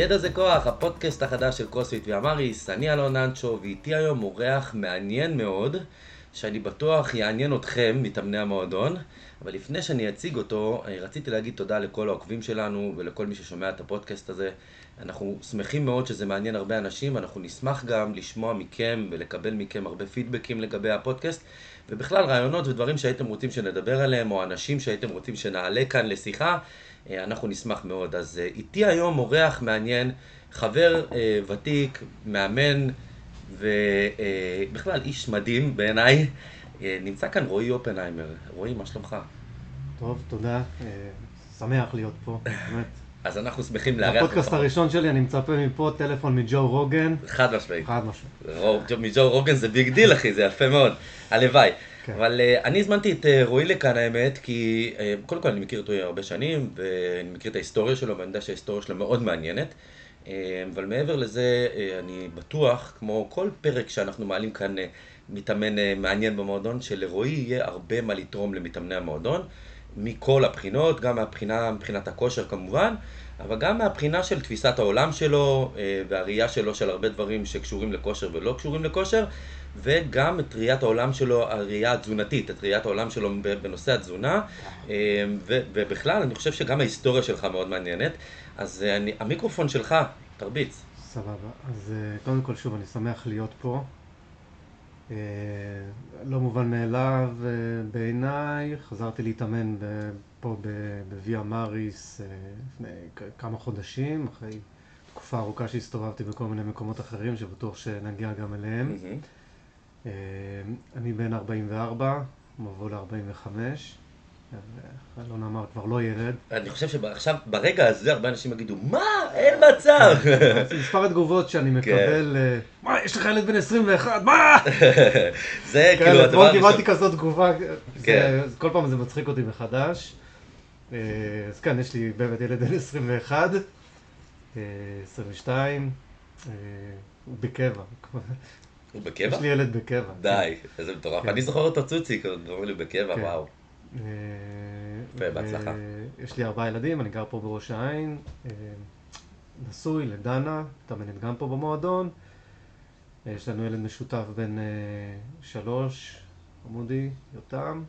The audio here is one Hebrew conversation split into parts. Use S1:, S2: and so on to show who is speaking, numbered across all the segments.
S1: ידע זה כוח, הפודקאסט החדש של קרוספיט ויאמריס. אני אלון ננצ'ו, ואיתי היום אורח מעניין מאוד, שאני בטוח יעניין אתכם, מתאמני המועדון. אבל לפני שאני אציג אותו, רציתי להגיד תודה לכל העוקבים שלנו ולכל מי ששומע את הפודקאסט הזה. אנחנו שמחים מאוד שזה מעניין הרבה אנשים, ואנחנו נשמח גם לשמוע מכם ולקבל מכם הרבה פידבקים לגבי הפודקאסט, ובכלל רעיונות ודברים שהייתם רוצים שנדבר עליהם, או אנשים שהייתם רוצים שנעלה כאן לשיחה. אנחנו נשמח מאוד. אז איתי היום אורח מעניין, חבר ותיק, מאמן ובכלל איש מדהים בעיניי. נמצא כאן רועי אופנהיימר. רועי, מה שלומך?
S2: טוב, תודה. שמח להיות פה, באמת.
S1: אז אנחנו שמחים לארח אותך.
S2: בפודקאסט הראשון שלי אני מצפה מפה טלפון מג'ו רוגן.
S1: חד משמעית.
S2: חד משמעית.
S1: מג'ו רוגן זה ביג דיל, אחי, זה יפה מאוד. הלוואי.
S2: כן.
S1: אבל אני הזמנתי את רועי לכאן, האמת, כי קודם כל אני מכיר אותו הרבה שנים, ואני מכיר את ההיסטוריה שלו, ואני יודע שההיסטוריה שלו מאוד מעניינת. אבל מעבר לזה, אני בטוח, כמו כל פרק שאנחנו מעלים כאן מתאמן מעניין במועדון, שלרועי יהיה הרבה מה לתרום למתאמני המועדון, מכל הבחינות, גם מבחינת הכושר כמובן, אבל גם מהבחינה של תפיסת העולם שלו, והראייה שלו של הרבה דברים שקשורים לכושר ולא קשורים לכושר, וגם את ראיית העולם שלו, הראייה התזונתית, את ראיית העולם שלו בנושא התזונה, ובכלל אני חושב שגם ההיסטוריה שלך מאוד מעניינת. אז המיקרופון שלך, תרביץ.
S2: סבבה. אז קודם כל שוב, אני שמח להיות פה. לא מובן מאליו בעיניי, חזרתי להתאמן פה בוויה מריס לפני כמה חודשים, אחרי תקופה ארוכה שהסתובבתי בכל מיני מקומות אחרים, שבטוח שנגיע גם אליהם. אני בן 44, מבוא ל-45, אלון אמר כבר לא ילד.
S1: אני חושב שעכשיו, ברגע הזה, הרבה אנשים יגידו, מה? אין מצב!
S2: מספר התגובות שאני מקבל, מה, יש לך ילד בן 21, מה?
S1: זה כאילו,
S2: אתמול קיבלתי כזאת תגובה, כל פעם זה מצחיק אותי מחדש. אז כן, יש לי באמת ילד בן 21, 22, הוא בקבע.
S1: הוא בקבע?
S2: יש לי ילד בקבע.
S1: די, איזה מטורף. אני זוכר אותו צוצי, קוראים לי בקבע, וואו. בהצלחה.
S2: יש לי 4 ילדים, אני גר פה בראש העין, נשוי לדנה, מתאמנת גם פה במועדון. יש לנו ילד משותף בן 3, עמודי, יותם.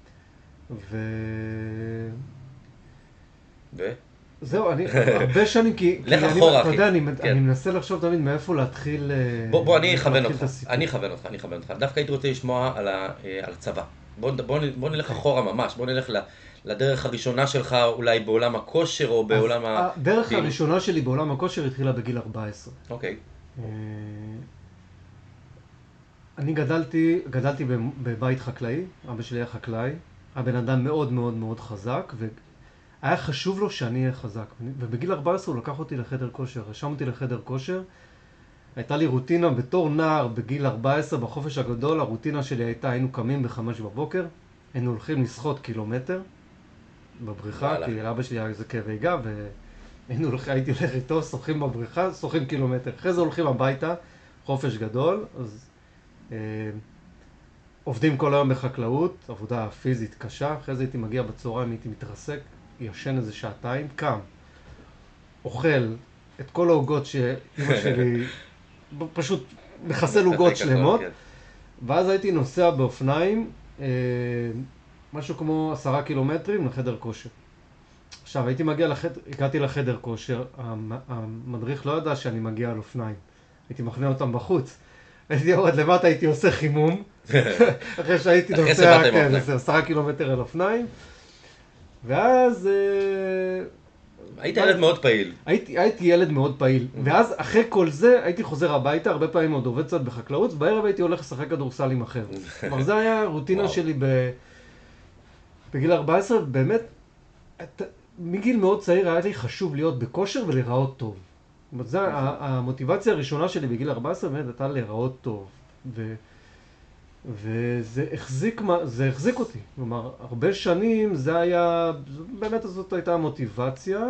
S2: זהו, אני הרבה שנים, כי אתה יודע, אני מנסה לחשוב תמיד מאיפה להתחיל.
S1: בוא, אני אכוון אותך. דווקא הייתי רוצה לשמוע על הצבא. בוא נלך אחורה ממש, בוא נלך לדרך הראשונה שלך, אולי בעולם הכושר או בעולם
S2: הדרך הראשונה שלי בעולם הכושר התחילה בגיל 14.
S1: אוקיי.
S2: אני גדלתי בבית חקלאי, אבא שלי היה חקלאי, הבן אדם מאוד מאוד מאוד חזק, והיה חשוב לו שאני אהיה חזק. ובגיל 14 הוא לקח אותי לחדר כושר, רשם אותי לחדר כושר. הייתה לי רוטינה בתור נער בגיל 14 בחופש הגדול, הרוטינה שלי הייתה, היינו קמים ב5 בבוקר, היינו הולכים לשחות קילומטר בבריכה, כי לאבא שלי היה איזה כאבי גב, הייתי הולך איתו, שוחים בבריכה, שוחים קילומטר. אחרי זה הולכים הביתה, חופש גדול, אז עובדים כל היום בחקלאות, עבודה פיזית קשה, אחרי זה הייתי מגיע בצהריים, הייתי מתרסק, ישן איזה שעתיים, קם, אוכל את כל העוגות שאמא שלי פשוט מחסל עוגות שלמות, ואז הייתי נוסע באופניים, משהו כמו 10 קילומטרים לחדר כושר. עכשיו, הגעתי לחדר כושר, המדריך לא ידע שאני מגיע על אופניים, הייתי מכנה אותם בחוץ. הייתי יורד למטה, הייתי עושה חימום, אחרי שהייתי נוסע 10 קילומטר על אופניים, ואז
S1: היית ילד מאוד פעיל.
S2: הייתי ילד מאוד פעיל, ואז אחרי כל זה הייתי חוזר הביתה, הרבה פעמים עוד עובד קצת בחקלאות, ובערב הייתי הולך לשחק כדורסל עם אחר. כלומר, זה היה רוטינה שלי בגיל 14, באמת, מגיל מאוד צעיר היה לי חשוב להיות בכושר ולהיראות טוב. זאת אומרת, המוטיבציה הראשונה שלי בגיל 14 באמת הייתה להיראות טוב, וזה החזיק אותי. כלומר, הרבה שנים זה היה, באמת זאת הייתה המוטיבציה.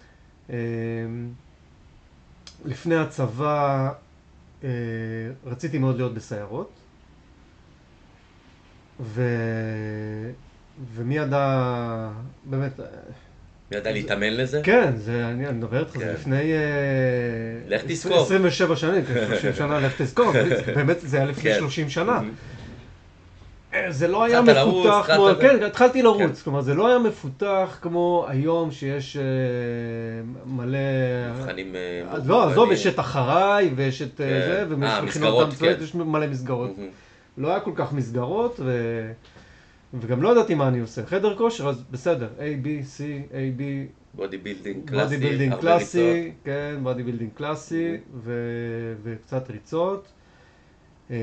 S2: לפני הצבא רציתי מאוד להיות בסיירות, ומי ידע, באמת,
S1: מי ידע להתאמן לזה?
S2: כן, אני מדבר איתך, זה
S1: כן.
S2: לפני
S1: לך תזכור.
S2: 27 שנים, 30 שנה, לך תזכור, באמת זה היה לפני
S1: כן.
S2: 30 שנה.
S1: מהמם.
S2: זה לא היה
S1: התחלת לרוץ,
S2: מפותח כמו,
S1: התחלת זה?
S2: כן, התחלתי
S1: כן.
S2: לרוץ, כלומר זה לא היה מפותח כמו היום שיש מלא,
S1: מבחנים
S2: לא, עזוב,
S1: מאורגנים.
S2: יש את אחריי ויש את
S1: כן.
S2: זה, ומכינות
S1: מסגרות,
S2: המצויות,
S1: כן.
S2: יש מלא מסגרות.
S1: מהמם.
S2: לא היה כל כך מסגרות, וגם לא ידעתי מה אני עושה. חדר כושר, אז בסדר, A, B, C, A, B,
S1: בודי בילדינג
S2: בודי
S1: קלאסי,
S2: בילדינג
S1: הרבה ריצות.
S2: קלאסי, כן, בודי בילדינג קלאסי, וקצת ריצות. אה,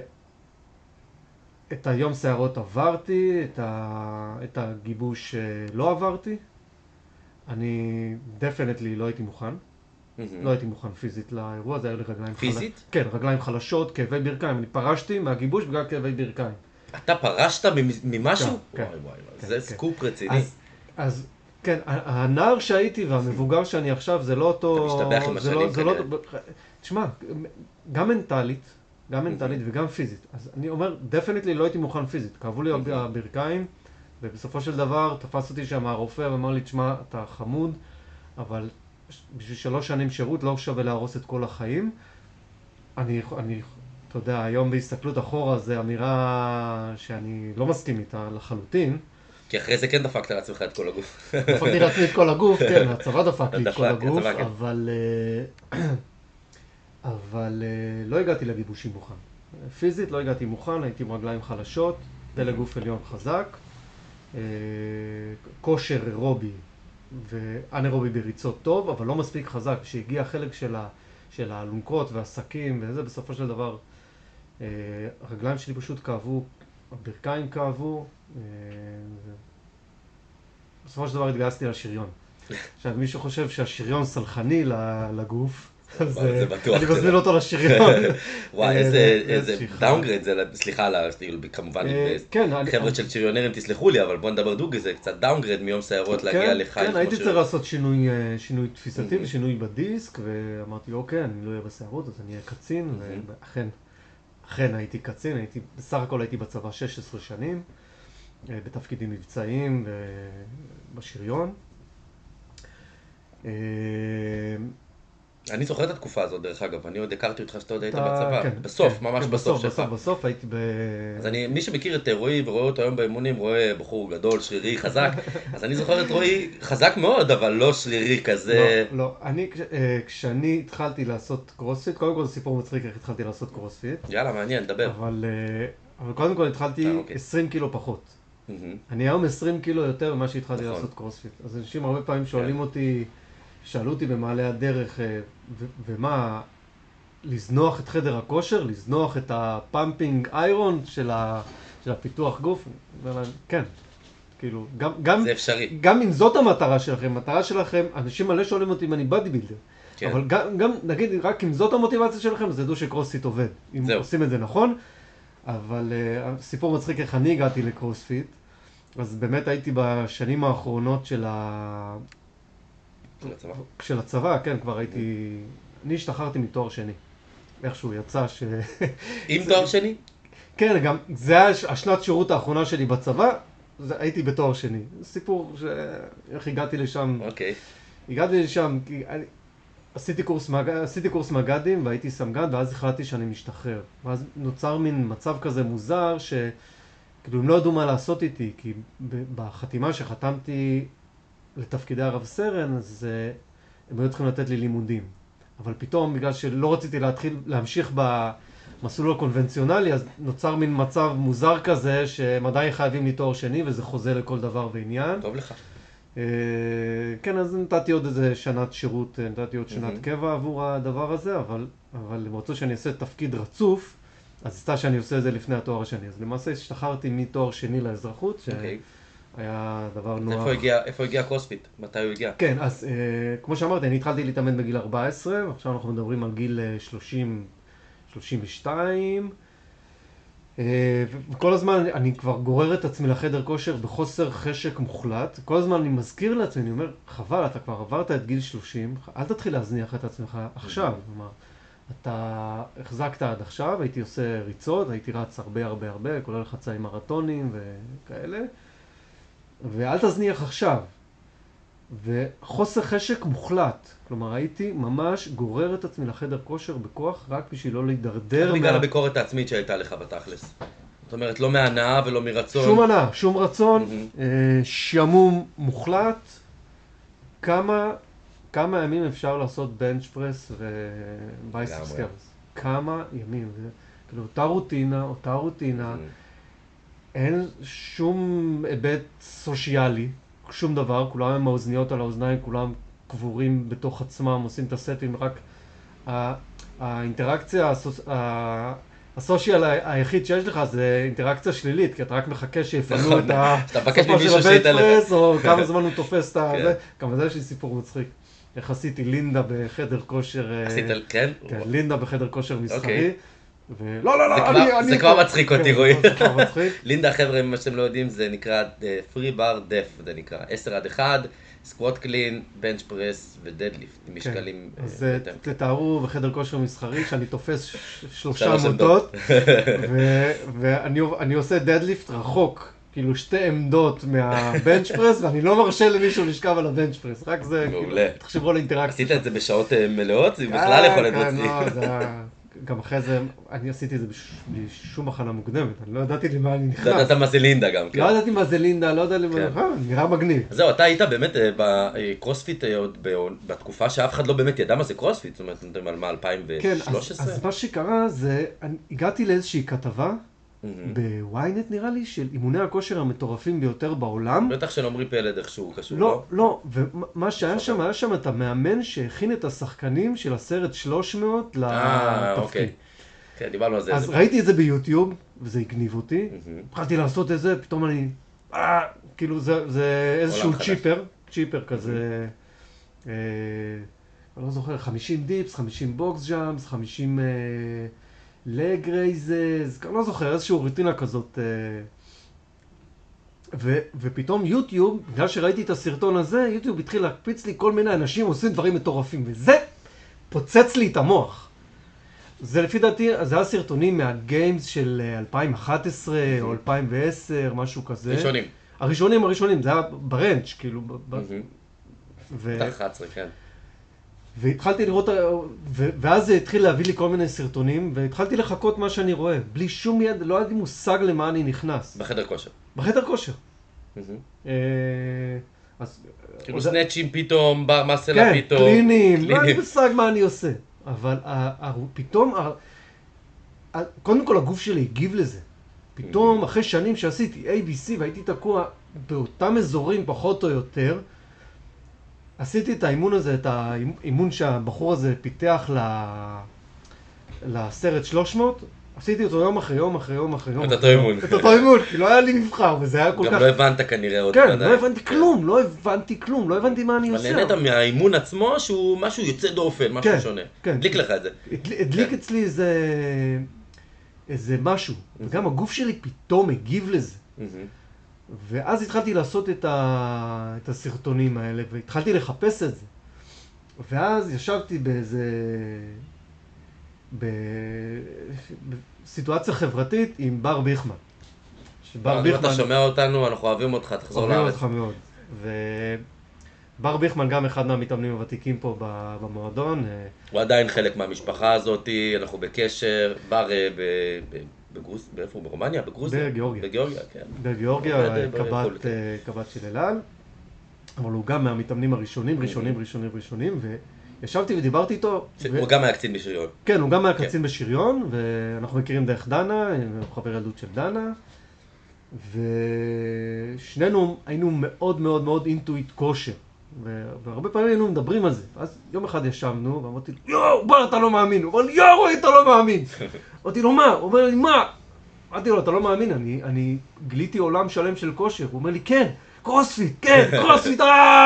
S2: את היום שערות עברתי, את הגיבוש לא עברתי. אני דפנטלי לא הייתי מוכן.
S1: מהמם.
S2: לא הייתי מוכן פיזית לאירוע, זה היה לי רגליים
S1: פיזית?
S2: כן, רגליים חלשות, כאבי ברכיים. אני פרשתי מהגיבוש בגלל כאבי ברכיים.
S1: אתה פרשת ממשהו?
S2: כן,
S1: וואי וואי,
S2: כן,
S1: זה
S2: כן.
S1: סקופ רציני.
S2: אז כן, הנער שהייתי והמבוגר שאני עכשיו זה לא אותו...
S1: אתה משתבח עם
S2: זה לא-
S1: השנים
S2: זה לא-
S1: כנראה.
S2: תשמע, גם מנטלית, גם מנטלית וגם פיזית. אז אני אומר, דפנטלי לא הייתי מוכן פיזית. כאבו לי הברכיים, ובסופו של דבר תפס אותי שם הרופא ואמר לי, תשמע, אתה חמוד, אבל בשביל 3 שנים שירות לא שווה להרוס את כל החיים. אתה יודע, היום בהסתכלות אחורה זו אמירה שאני לא מסכים איתה לחלוטין.
S1: כי אחרי זה כן דפקת לעצמך את כל הגוף.
S2: דפקתי לעצמי את כל הגוף, כן, הצבא דפק לי את כל
S1: דפק,
S2: הגוף,
S1: הצבא, כן.
S2: אבל לא הגעתי לגיבושים מוכן. פיזית לא הגעתי מוכן, הייתי עם רגליים חלשות, דלק גוף עליון חזק, כושר אירובי ואנאירובי בריצות טוב, אבל לא מספיק חזק. כשהגיע החלק של האלונקות והסכים וזה, בסופו של דבר הרגליים שלי פשוט כאבו, הברכיים כאבו, בסופו של דבר התגייסתי לשריון. עכשיו, מישהו חושב שהשריון סלחני לגוף, אז
S1: זה בטוח
S2: אני
S1: שלא.
S2: מזמין אותו לשריון.
S1: וואי, איזה דאונגרייד זה, סליחה, כמובן,
S2: כן,
S1: חבר'ה של שריונרים תסלחו לי, אבל בוא נדבר דוגרי, זה קצת דאונגרייד מיום סיירות להגיע לחיל.
S2: כן, הייתי צריך לעשות שינוי תפיסתי ושינוי בדיסק, ואמרתי, אוקיי, אני לא אהיה בסיירות, אז אני אהיה קצין, ואכן הייתי קצין, בסך הכל הייתי בצבא 16 שנים, בתפקידים מבצעיים ובשריון.
S1: אני זוכר את התקופה הזאת, דרך אגב, אני עוד הכרתי אותך שאתה עוד היית
S2: אתה-
S1: בצבא,
S2: כן,
S1: בסוף,
S2: כן,
S1: ממש
S2: כן,
S1: בסוף שלך.
S2: בסוף הייתי
S1: אז מי שמכיר את רועי ורואה אותו היום באימונים, רואה בחור גדול, שרירי, חזק, אז אני זוכר את רועי חזק מאוד, אבל לא שרירי כזה.
S2: לא, כשאני התחלתי לעשות קרוספיט, קודם כל זה סיפור מצחיק איך התחלתי לעשות קרוספיט,
S1: יאללה, מעניין, דבר.
S2: אבל קודם כל התחלתי
S1: אוקיי.
S2: 20 קילו פחות.
S1: מהמם.
S2: אני היום 20 קילו יותר ממה שהתחלתי
S1: נכון.
S2: לעשות קרוספיט. אז אנשים הרבה פעמים שאלו אותי במעלה הדרך, ומה, לזנוח את חדר הכושר, לזנוח את הפאמפינג איירון של הפיתוח גוף? אני אומר להם, כן. כאילו,
S1: זה אפשרי.
S2: גם אם זאת המטרה שלכם, המטרה שלכם, אנשים מלא שואלים אותי אם אני בדי בילדר.
S1: כן.
S2: אבל גם, נגיד, רק אם זאת המוטיבציה שלכם, אז ידעו שקרוספיט עובד. אם
S1: זהו.
S2: עושים את זה נכון. אבל סיפור מצחיק איך אני הגעתי לקרוספיט. אז באמת הייתי בשנים האחרונות
S1: של הצבא.
S2: של הצבא, כן, כבר הייתי... אני השתחררתי מתואר שני. איכשהו יצא
S1: עם תואר שני?
S2: כן, גם זה היה השנת שירות האחרונה שלי בצבא, הייתי בתואר שני. סיפור איך הגעתי לשם.
S1: אוקיי.
S2: הגעתי לשם כי עשיתי קורס מג"דים והייתי סמג"ד, ואז החלטתי שאני משתחרר. ואז נוצר מין מצב כזה מוזר כאילו הם לא ידעו מה לעשות איתי, כי בחתימה שחתמתי לתפקידי הרב סרן, אז הם היו צריכים לתת לי לימודים. אבל פתאום, בגלל שלא רציתי להמשיך במסלול הקונבנציונלי, אז נוצר מין מצב מוזר כזה, שהם עדיין חייבים לי תואר שני, וזה חוזה לכל דבר ועניין.
S1: טוב לך.
S2: כן, אז נתתי עוד איזה שנת שירות, נתתי עוד שנת קבע עבור הדבר הזה, אבל הם רצו שאני אעשה תפקיד רצוף, אז יצא שאני עושה את זה לפני התואר השני. אז למעשה השתחררתי מתואר שני לאזרחות, שהיה דבר נוח.
S1: איפה הגיע קרוספיט? מתי הוא הגיע?
S2: כן, אז כמו שאמרתי, אני התחלתי להתאמן בגיל 14, ועכשיו אנחנו מדברים על גיל 32. וכל הזמן אני כבר גורר את עצמי לחדר כושר בחוסר חשק מוחלט. כל הזמן אני מזכיר לעצמי, אני אומר, חבל, אתה כבר עברת את גיל 30, אל תתחיל להזניח את עצמך עכשיו. כלומר, אתה החזקת עד עכשיו, הייתי עושה ריצות, הייתי רץ הרבה, כולל חצאים מרתונים וכאלה, ואל תזניח עכשיו. וחוסר חשק מוחלט. כלומר, הייתי ממש גורר את עצמי לחדר כושר בכוח, רק בשביל לא להידרדר.
S1: בגלל הביקורת העצמית שהייתה לך בתכלס. זאת אומרת, לא מהנאה ולא מרצון.
S2: שום הנאה, שום רצון, שעמום מוחלט. כמה ימים אפשר לעשות בנץ' פרס ובייספס קרס? כמה ימים? כאילו, אותה רוטינה, אין שום היבט סוציאלי, שום דבר, כולם עם האוזניות על האוזניים, כולם קבורים בתוך עצמם, עושים את הסטים, רק האינטראקציה הסושיאל היחיד שיש לך זה אינטראקציה שלילית, כי אתה רק מחכה שיפנו את הסופה של הבנצ'פרס, או כמה זמן הוא תופס את זה. גם זה יש לי סיפור מצחיק. איך עשיתי לינדה בחדר כושר...
S1: עשית, כן?
S2: כן, לינדה בחדר כושר מסחרי. לא,
S1: זה כבר מצחיק אותי, רועי.
S2: זה כבר מצחיק.
S1: לינדה, חבר'ה, מה שאתם לא יודעים, זה נקרא free bar def, זה נקרא 10-1, סקווט קלין, בנץ' פרס ודדליפט, עם משקלים...
S2: אז תתארו בחדר כושר מסחרי שאני תופס 3 עמודות, ואני עושה דדליפט רחוק, כאילו 2 עמדות מהבנץ' פרס, ואני לא מרשה למישהו לשכב על הבנץ' פרס, רק זה, כאילו, תחשבו על אינטראקציה.
S1: עשית את זה בשעות מלאות? זה בכלל יכול להיות מוציא.
S2: גם אחרי זה, אני עשיתי את זה בלי שום הכנה מוקדמת, אני לא ידעתי למה אני נכנס.
S1: לא ידעת מה זה לינדה גם, כן.
S2: לא ידעתי מה זה לינדה, לא ידעתי למה, נראה מגניב.
S1: אז זהו, אתה היית באמת בקרוספיט עוד בתקופה שאף אחד לא באמת ידע מה זה קרוספיט, זאת אומרת, נדברים על מה, 2013?
S2: כן, אז מה שקרה זה, הגעתי לאיזושהי כתבה, בוויינט נראה לי, של אימוני הכושר המטורפים ביותר בעולם.
S1: בטח של עמרי פלד איכשהו קשור,
S2: לא? לא, ומה שהיה שם, היה שם את המאמן שהכין את השחקנים של הסרט 300 לתפקיד.
S1: כן, דיברנו על זה.
S2: אז ראיתי את זה ביוטיוב, וזה הגניב אותי. התחלתי לעשות את זה, פתאום אני... כאילו זה איזשהו צ'יפר כזה... אני לא זוכר, 50 דיפס, 50 בוקס ג'אמפס, 50... לג רייזז, אני לא זוכר, איזושהי רוטינה כזאת. ופתאום יוטיוב, בגלל שראיתי את הסרטון הזה, יוטיוב התחיל להקפיץ לי כל מיני אנשים עושים דברים מטורפים, וזה פוצץ לי את המוח. זה לפי דעתי, זה היה סרטונים מהגיימס של 2011 או 2010, משהו כזה. הראשונים, זה היה ברנץ', כאילו.
S1: בטח 11, כן.
S2: והתחלתי לראות, ואז זה התחיל להביא לי כל מיני סרטונים, והתחלתי לחכות מה שאני רואה. בלי שום יד, לא היה לי מושג למה אני נכנס.
S1: בחדר כושר.
S2: בחדר כושר.
S1: כאילו סנאצ'ים פתאום, בר מסלה פתאום.
S2: כן, קלינים, לא היה לי מושג מה אני עושה. אבל פתאום, קודם כל הגוף שלי הגיב לזה. פתאום, אחרי שנים שעשיתי ABC והייתי תקוע באותם אזורים פחות או יותר, עשיתי את האימון הזה, את האימון שהבחור הזה פיתח לסרט 300, עשיתי אותו יום אחרי יום אחרי יום אחרי יום.
S1: את אותו אימון.
S2: את אותו אימון, כי לא היה לי מבחר, וזה היה כל כך...
S1: גם לא הבנת כנראה עוד.
S2: כן, לא הבנתי כלום, לא הבנתי מה אני עושה.
S1: אבל נהנית מהאימון עצמו שהוא משהו יוצא דופן, משהו שונה. הדליק לך את זה.
S2: הדליק אצלי איזה משהו, וגם הגוף שלי פתאום הגיב לזה. ואז התחלתי לעשות את הסרטונים האלה, והתחלתי לחפש את זה. ואז ישבתי בסיטואציה חברתית עם בר ביכמן.
S1: אם אתה שומע אותנו, אנחנו אוהבים אותך, תחזור לארץ.
S2: אוהבים אותך מאוד. ובר ביכמן גם אחד מהמתאמנים הוותיקים פה במועדון.
S1: הוא עדיין חלק מהמשפחה הזאת, אנחנו בקשר, בר באיפה? ברומניה? בגרוזיה?
S2: בגיאורגיה.
S1: בגיאורגיה, כן.
S2: בגיאורגיה, קב"ט של אל על. אבל הוא גם מהמתאמנים הראשונים, וישבתי ודיברתי איתו.
S1: הוא גם היה קצין בשריון.
S2: כן, הוא גם היה קצין בשריון, ואנחנו מכירים דרך דנה, הוא חבר ילדות של דנה. ושנינו היינו מאוד מאוד מאוד אינטואיט כושר. והרבה פעמים היינו מדברים על זה. אז יום אחד ישבנו, ואמרתי, יואו, בר, אתה לא מאמין. הוא אמר לי, יואו, רועי, אתה לא מאמין. אמרתי לו, מה? הוא אומר לי, מה? אמרתי לו, אתה לא מאמין, אני גיליתי עולם שלם של כושר. הוא אומר לי, כן, קרוספיט, כן, קרוספיט,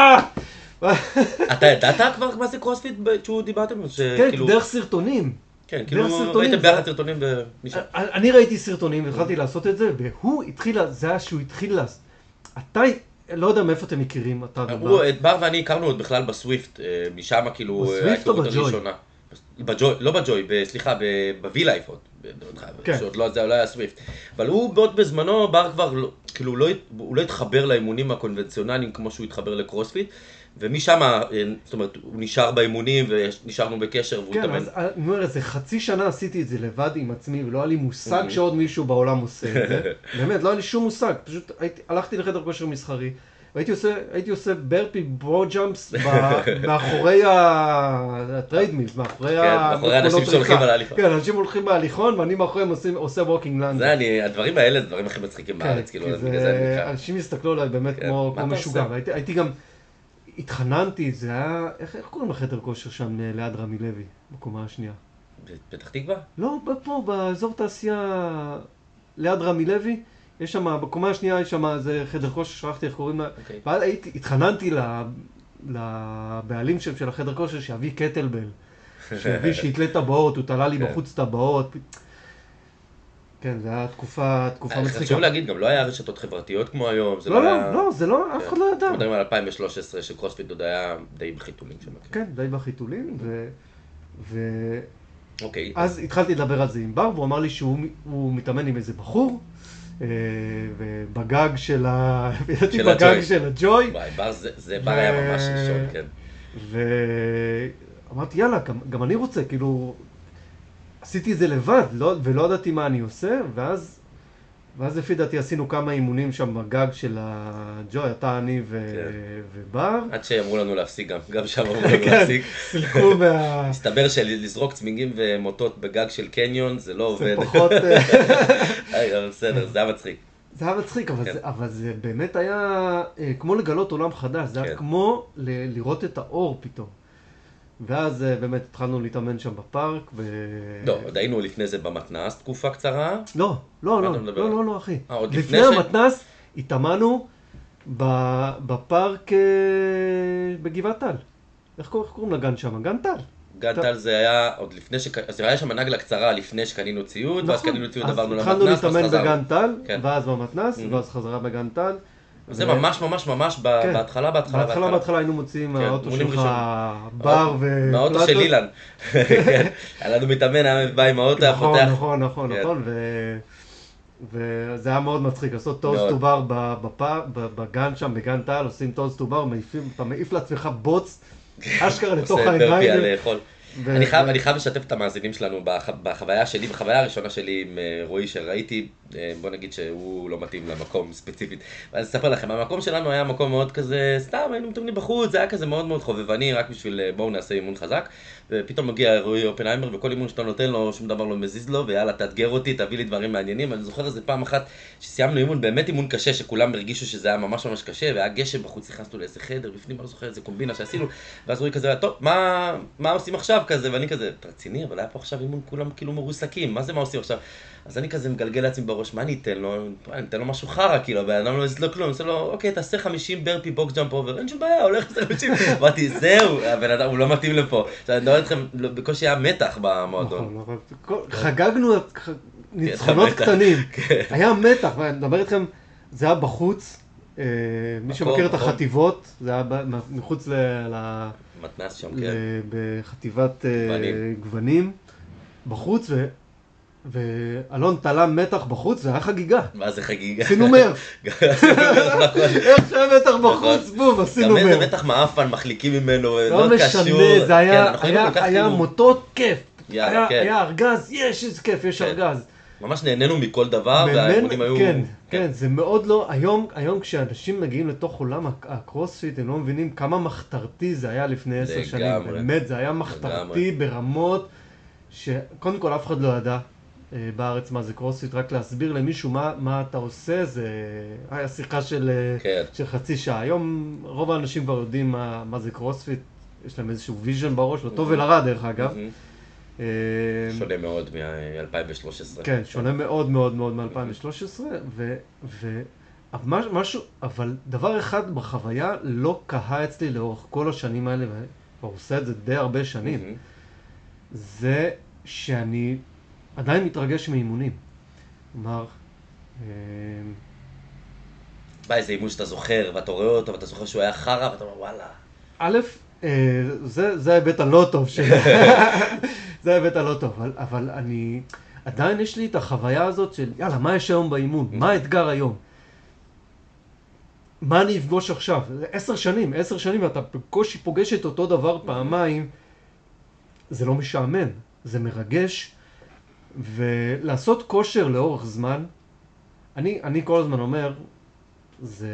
S1: אתה ידעת כבר מה זה קרוספיט שהוא דיברתם?
S2: כן, דרך סרטונים.
S1: כן, כאילו ראיתם ביחד סרטונים במשל.
S2: אני ראיתי סרטונים והתחלתי לעשות את זה, והוא התחיל, זה היה שהוא התחיל לעשות. אתה, לא יודע מאיפה אתם מכירים, אתה ובר.
S1: את בר ואני הכרנו עוד בכלל בסוויפט, משם כאילו...
S2: בסוויפט או בג'וי?
S1: לא בג'וי, סליחה, בווילה איפות. שעוד לא היה סוויפט. אבל הוא בעוד בזמנו, בר כבר, כאילו הוא לא התחבר לאימונים הקונבנציונליים כמו שהוא התחבר לקרוספיט, ומשם, זאת אומרת, הוא נשאר באימונים ונשארנו בקשר והוא
S2: כן,
S1: התאמן.
S2: אז אני אומר, איזה חצי שנה עשיתי את זה לבד עם עצמי, ולא היה לי מושג שעוד מישהו בעולם עושה את זה. באמת, לא היה לי שום מושג. פשוט הלכתי לחדר כושר מסחרי, והייתי עושה ברפי ברו-ג'אמפס מאחורי הטריידמילס, מאחורי
S1: מאחורי אנשים שהולכים על ההליכון.
S2: כן, אנשים הולכים בהליכון, ואני מאחוריהם עושה ווקינג לנד.
S1: הדברים האלה זה הדברים הכי מצחיקים בארץ, כאילו, בגלל זה אני נקרא.
S2: אנשים הסתכלו עליי באמת כמו משוגע, והייתי גם, התחננתי, זה היה, איך קוראים לחדר כושר שם ליד רמי לוי, בקומה השנייה?
S1: פתח תקווה?
S2: לא, פה, באזור תעשייה ליד רמי לוי, יש שם, בקומה השנייה יש שם איזה חדר כושר, שכחתי איך קוראים לה, ואז התחננתי לבעלים של החדר כושר שיביא קטלבל, שיתלה טבעות, הוא תלה לי בחוץ טבעות. כן, זה היה תקופה מצחיקה.
S1: חשוב להגיד, גם לא היה רשתות חברתיות כמו היום.
S2: לא, זה לא, אף אחד לא ידע.
S1: אנחנו מדברים על 2013, שקרוספיט עוד היה די בחיתולים שם.
S2: כן, די בחיתולים,
S1: אוקיי.
S2: אז התחלתי לדבר על זה עם בר, והוא אמר לי שהוא מתאמן עם איזה בחור, ובגג של הג'וי.
S1: וואי, בר היה ממש ראשון, כן.
S2: ואמרתי, יאללה, גם אני רוצה, כאילו, עשיתי את זה לבד, ולא ידעתי מה אני עושה, ואז לפי דעתי עשינו כמה אימונים שם בגג של הג'וי, אתה, אני ובר.
S1: עד שאמרו לנו להפסיק גם שם אמרו לנו להפסיק.
S2: סילקו
S1: הסתבר שלזרוק צמיגים ומוטות בגג של קניון זה לא עובד.
S2: זה פחות...
S1: בסדר, זה היה מצחיק.
S2: זה היה מצחיק, אבל זה באמת היה כמו לגלות עולם חדש, זה היה כמו לראות את האור פתאום. ואז באמת התחלנו להתאמן שם בפארק.
S1: לא, עוד היינו לפני זה במתנ"ס, תקופה קצרה.
S2: לא, אחי. לפני המתנ"ס התאמנו בפארק בגבעת טל. איך קוראים לגן שם? גן טל.
S1: גן טל זה היה עוד לפני אז היה שם נגלה קצרה לפני שקנינו ציוד, ואז קנינו ציוד עברנו למתנ"ס,
S2: אז התחלנו להתאמן בגן טל, ואז במתנ"ס, ואז חזרה בגן טל.
S1: זה ממש בהתחלה
S2: היינו מוצאים מהאוטו שלך בר ו...
S1: מהאוטו של אילן. היה לנו מתאמן, היה בא עם האוטו, היה פותח.
S2: נכון, וזה היה מאוד מצחיק, לעשות טוסט טו בר בגן שם, בגן טל, עושים טוסט טו בר, אתה מעיף לעצמך בוץ, אשכרה לתוך העיניים.
S1: אני חייב לשתף את המאזינים שלנו בחוויה שלי, בחוויה הראשונה שלי עם רועי שראיתי, בוא נגיד שהוא לא מתאים למקום ספציפית. ואז אספר לכם, המקום שלנו היה מקום מאוד כזה, סתם היינו מתאמנים בחוץ, זה היה כזה מאוד מאוד חובבני, רק בשביל בואו נעשה אימון חזק. ופתאום מגיע רועי אופנהיימר, וכל אימון שאתה נותן לו, שום דבר לא מזיז לו, ויאללה, תאתגר אותי, תביא לי דברים מעניינים. אני זוכר איזה פעם אחת שסיימנו אימון, באמת אימון קשה, שכולם הרגישו שזה היה ממש ממש קשה, והיה גשם בחוץ, נכנסנו לאיזה חדר, בפנים, אני זוכר איזה קומבינה שעשינו, ואז רועי כזה, טוב, מה עושים עכשיו כזה? ואני כזה, רציני, אבל היה פה עכשיו אימון, כולם כאילו מרוסקים, מה זה מה עושים עכשיו? אז אני כזה מגלגל לעצמי בראש, מה אני אתן לו? אני אתן לו משהו חרא, כאילו, הבן אדם לא יזיז לו כלום, אני עושה לו, אוקיי, תעשה 50 ברפי בוקס ג'אמפ אובר, אין שום בעיה, הולך לעשות 50, אמרתי, זהו, הבן אדם, הוא לא מתאים לפה. עכשיו, אני מדבר איתכם, בקושי היה מתח במועדון.
S2: חגגנו ניצחונות קטנים, היה מתח, ואני מדבר איתכם, זה היה בחוץ, מי שמכיר את החטיבות, זה היה מחוץ
S1: למתנ"ס שם, כן.
S2: בחטיבת גוונים, בחוץ, ואלון תלה מתח בחוץ, זה היה חגיגה.
S1: מה זה חגיגה?
S2: עשינו מרף. איך שהיה מתח בחוץ, בום, עשינו מרף.
S1: גם איזה מתח מעפן, מחליקים ממנו,
S2: לא משנה, זה היה מוטות כיף. היה ארגז, יש איזה כיף, יש ארגז.
S1: ממש נהנינו מכל דבר, והאימונים היו...
S2: כן, זה מאוד לא... היום כשאנשים מגיעים לתוך עולם הקרוספיט, הם לא מבינים כמה מחתרתי זה היה לפני 10 שנים. באמת, זה היה מחתרתי ברמות שקודם כל אף אחד לא ידע בארץ מה זה קרוספיט, רק להסביר למישהו מה אתה עושה, זה היה שיחה של חצי שעה. היום רוב האנשים כבר יודעים מה זה קרוספיט, יש להם איזשהו ויז'ן בראש, לטוב ולרע דרך אגב.
S1: שונה מאוד מ-2013.
S2: כן, שונה מאוד מאוד מאוד מ-2013, אבל דבר אחד בחוויה לא קהה אצלי לאורך כל השנים האלה, וכבר עושה את זה די הרבה שנים, זה שאני עדיין מתרגש מאימונים. כלומר...
S1: בא איזה אימון שאתה זוכר, ואתה רואה אותו, ואתה זוכר שהוא היה חרא, ואתה אומר וואלה.
S2: א', זה ההיבט הלא טוב שלי. זה ההיבט הלא טוב, אבל אני... עדיין יש לי את החוויה הזאת של, יאללה, מה יש היום באימון? מה האתגר היום? מה אני אפגוש עכשיו? 10 שנים, ואתה בקושי פוגש את אותו דבר פעמיים, זה לא משעמם, זה מרגש, ולעשות כושר לאורך זמן, אני כל הזמן אומר, זה...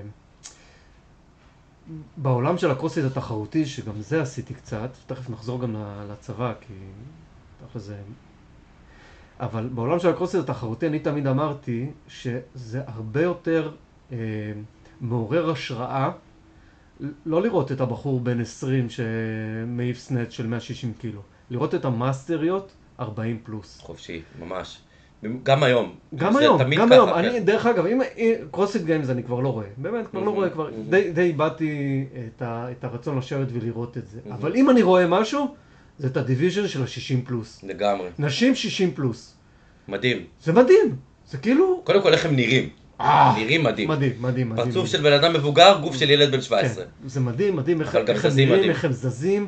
S2: בעולם של הקרוספיט התחרותי, שגם זה עשיתי קצת, תכף נחזור גם לצבא, כי... זה... אבל בעולם של הקרוספיט התחרותי אני תמיד אמרתי שזה הרבה יותר מעורר השראה, לא לראות את הבחור בן 20 שמעיף סנאצ' של 160 קילו, לראות את המאסטריות 40 פלוס.
S1: חופשי, ממש. גם היום.
S2: גם היום, גם היום. אני, דרך אגב, אם קרוספיט גיימס אני כבר לא רואה. באמת, כבר לא רואה, כבר די איבדתי את הרצון לשבת ולראות את זה. אבל אם אני רואה משהו, זה את הדיוויז'ן של ה-60 פלוס.
S1: לגמרי.
S2: נשים 60 פלוס.
S1: מדהים.
S2: זה מדהים. זה כאילו...
S1: קודם כל, איך הם נראים. נראים מדהים.
S2: מדהים.
S1: פרצוף של בן אדם מבוגר, גוף של ילד בן 17.
S2: זה מדהים, איך הם נראים, איך הם זזים.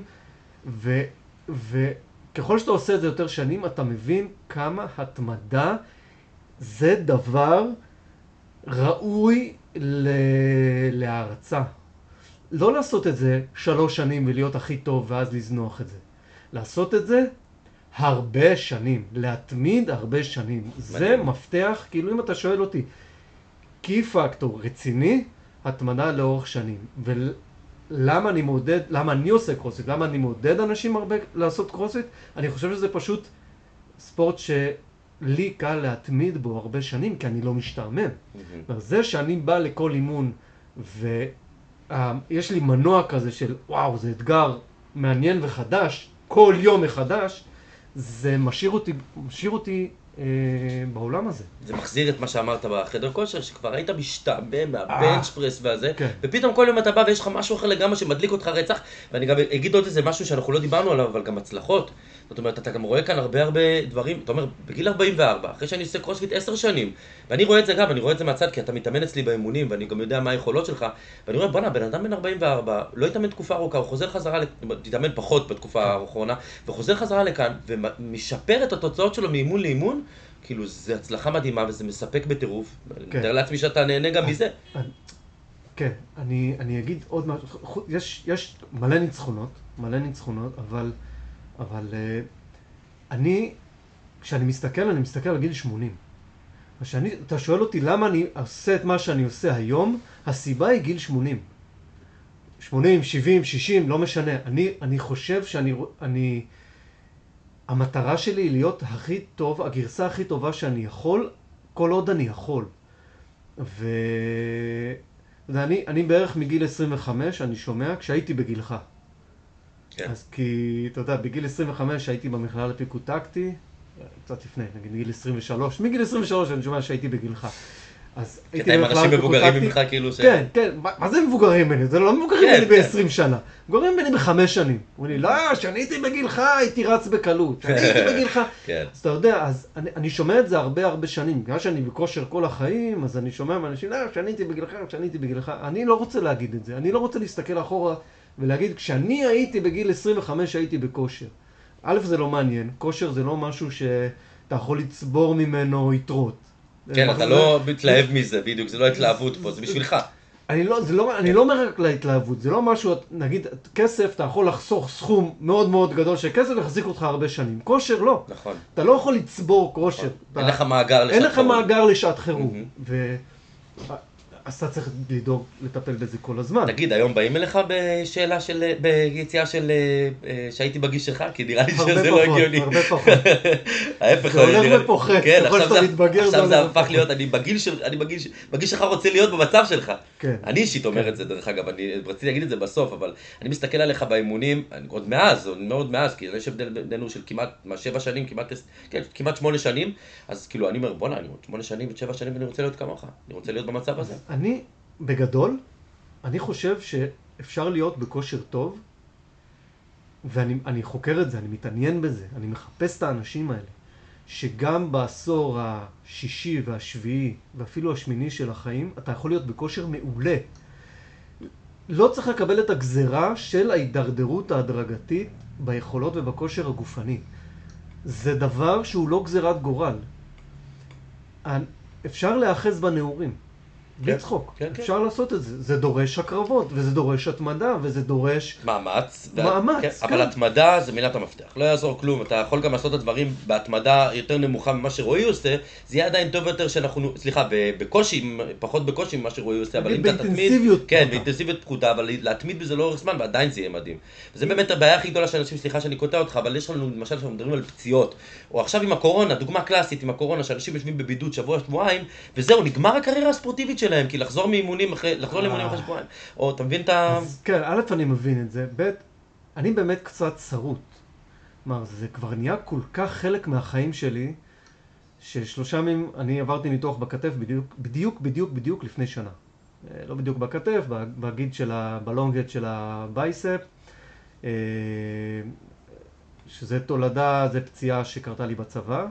S2: וככל שאתה עושה את זה יותר שנים, אתה מבין כמה התמדה זה דבר ראוי להערצה. לא לעשות את זה 3 שנים ולהיות הכי טוב ואז לזנוח את זה. לעשות את זה הרבה שנים, להתמיד הרבה שנים. זה מפתח, כאילו אם אתה שואל אותי, קי פקטור רציני, התמדה לאורך שנים. ולמה אני מעודד, למה אני עושה קרוספיט, למה אני מעודד אנשים הרבה לעשות קרוספיט? אני חושב שזה פשוט ספורט שלי קל להתמיד בו הרבה שנים, כי אני לא משתעמם. זה שאני בא לכל אימון, ויש לי מנוע כזה של וואו, זה אתגר מעניין וחדש, כל יום מחדש, זה משאיר אותי בעולם הזה.
S1: זה מחזיר את מה שאמרת בחדר כושר, שכבר היית משתעמם מהבנץ' פרס והזה, ופתאום כל יום אתה בא ויש לך משהו אחר לגמרי שמדליק אותך רצח, ואני גם אגיד עוד איזה משהו שאנחנו לא דיברנו עליו, אבל גם הצלחות. זאת אומרת, אתה גם רואה כאן הרבה דברים, אתה אומר, בגיל 44, אחרי שאני עושה קרוספיט 10 שנים, ואני רואה את זה גם, אני רואה את זה מהצד, כי אתה מתאמן אצלי באימונים, ואני גם יודע מה היכולות שלך, ואני רואה, בוא'נה, בן אדם בן 44, לא יתאמן תקופה ארוכה, הוא חוזר חזרה, תתאמן פחות בתקופה האחרונה, וחוזר חזרה לכאן, ומשפר את התוצאות שלו מאימון לאימון, כאילו, זה הצלחה מדהימה וזה מספק בטירוף. אני מתאר לעצמי שאתה נהנה גם מזה.
S2: כן, אני אגיד עוד משהו, יש מלא ניצחונות, אבל כשאני מסתכל על גיל 80. אתה שואל אותי למה אני עושה את מה שאני עושה היום, הסיבה היא גיל 80. 80, 70, 60, לא משנה. אני חושב המטרה שלי היא להיות הכי טוב, הגרסה הכי טובה שאני יכול, כל עוד אני יכול. אני בערך מגיל 25, אני שומע, כשהייתי בגילך.
S1: כן.
S2: אז כי, אתה יודע, בגיל 25 הייתי במכללה לפיקוד טקטי, קצת לפני, נגיד מגיל 23. מגיל 23 אני שומע שהייתי בגילך. אז
S1: הייתי במכללה לפיקוד טקטי. אנשים מבוגרים ממך כאילו ש...
S2: כן, מה זה מבוגרים ממני? זה לא מבוגרים ממני ב-20 שנה. מבוגרים ממני ב5 שנים. הוא לי, לא, שאני הייתי בגילך, הייתי רץ בקלות. שאני הייתי בגילך. אז אתה יודע, אז אני שומע את זה הרבה שנים. בגלל שאני בכושר כל החיים, אז אני שומע מאנשים, לא, שאני הייתי בגילך. אני לא רוצה להגיד את זה. אני לא רוצה להסתכל אחורה ולהגיד, כשאני הייתי בגיל 25 הייתי בכושר. א', זה לא מעניין. כושר זה לא משהו שאתה יכול לצבור ממנו יתרות.
S1: כן, אתה לא מתלהב מזה, בדיוק, זה לא התלהבות פה, זה בשבילך.
S2: אני לא אומר רק להתלהבות, זה לא משהו, נגיד, כסף, אתה יכול לחסוך סכום מאוד מאוד גדול של כסף ולהחזיק אותך הרבה שנים. כושר לא.
S1: נכון.
S2: אתה לא יכול לצבור כושר.
S1: אין לך מאגר לשעת חירום.
S2: אין לך מאגר לשעת חירום. אז אתה צריך לדאוג לטפל בזה כל הזמן.
S1: תגיד, היום באים אליך ביציאה של שהייתי בגיש שלך? כי נראה לי שזה לא הגיוני.
S2: הרבה פחות.
S1: ההפך.
S2: זה הולך ופוחת, ככל שאתה מתבגר.
S1: עכשיו זה הפך להיות, אני בגיש שלך רוצה להיות במצב שלך.
S2: כן.
S1: אני אישית אומר את זה, דרך אגב, אני רציתי להגיד את זה בסוף, אבל אני מסתכל עליך באימונים, עוד מאוד מאז, כי יש הבדל בינינו של כמעט 7 שנים, כמעט 8 שנים, אז כאילו אני אומר, בוא'נה, אני עוד 8 שנים ו7 שנים ואני רוצה להיות כמוך, אני רוצה להיות במצב הזה.
S2: בגדול, אני חושב שאפשר להיות בכושר טוב, ואני חוקר את זה, אני מתעניין בזה, אני מחפש את האנשים האלה, שגם בעשור השישי והשביעי, ואפילו השמיני של החיים, אתה יכול להיות בכושר מעולה. לא צריך לקבל את הגזרה של ההידרדרות ההדרגתית ביכולות ובכושר הגופני. זה דבר שהוא לא גזירת גורל. אפשר להאחז בנעורים. בלי צחוק.
S1: כן, כן.
S2: אפשר לעשות את זה. זה דורש הקרבות, וזה דורש התמדה, וזה דורש
S1: מאמץ.
S2: מאמץ,
S1: כן,
S2: כן.
S1: אבל התמדה זה מילת המפתח, לא יעזור כלום, אתה יכול גם לעשות את הדברים בהתמדה יותר נמוכה ממה שרועי עושה, זה יהיה עדיין טוב יותר שאנחנו, סליחה, בקושי, פחות בקושי ממה שרועי עושה, אבל אם אתה תתמיד,
S2: באינטנסיביות
S1: כן,
S2: פחותה.
S1: באינטנסיביות פחותה, אבל להתמיד בזה לאורך זמן, ועדיין זה יהיה מדהים. וזה באמת הבעיה הכי גדולה של אנשים, סליחה שאני קוטע אותך, אבל יש לנו, למשל, שאנחנו מדברים על פציעות, או עכשיו עם הקורונה, דוגמה קלאסית עם הקורונה, שאנשים יושבים בבידוד שבוע, שבועיים, וזהו, נגמר הקריירה הספורטיבית שלהם, כי לחזור לאימונים אחרי שבועיים, או אתה מבין את ה...
S2: אז כן, א', אני מבין את זה, ב', אני באמת קצת שרוט. כלומר, זה כבר נהיה כל כך חלק מהחיים שלי, ששלושה ימים אני עברתי ניתוח בכתף בדיוק לפני שנה. לא בדיוק בכתף, בגיד של בלונגט של הבייספ, שזה תולדה, זה פציעה שקרתה לי בצבא,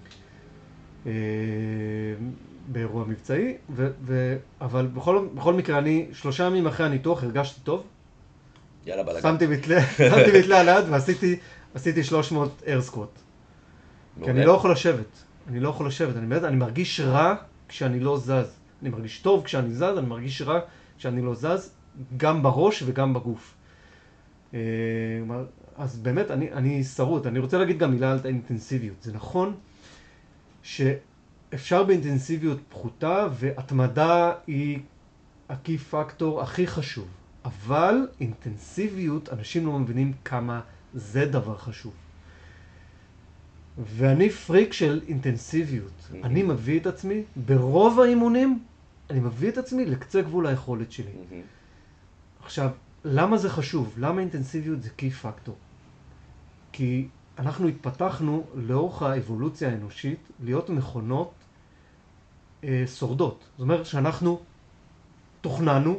S2: באירוע מבצעי, אבל בכל מקרה, אני 3 ימים אחרי הניתוח הרגשתי טוב.
S1: יאללה בלגן.
S2: שמתי מתלה על היד ועשיתי 300 אר סקווט. כי אני לא יכול לשבת. אני מרגיש רע כשאני לא זז. אני מרגיש טוב כשאני זז, אני מרגיש רע כשאני לא זז, גם בראש וגם בגוף. אז באמת, אני שרוט. אני רוצה להגיד גם מילה על האינטנסיביות. זה נכון שאפשר באינטנסיביות פחותה, והתמדה היא הכי פקטור הכי חשוב. אבל אינטנסיביות, אנשים לא מבינים כמה זה דבר חשוב. ואני פריק של אינטנסיביות. אני מביא את עצמי, ברוב האימונים, אני מביא את עצמי לקצה גבול היכולת שלי. עכשיו, למה זה חשוב? למה אינטנסיביות זה קי פקטור? כי אנחנו התפתחנו לאורך האבולוציה האנושית להיות מכונות שורדות. זאת אומרת שאנחנו תוכננו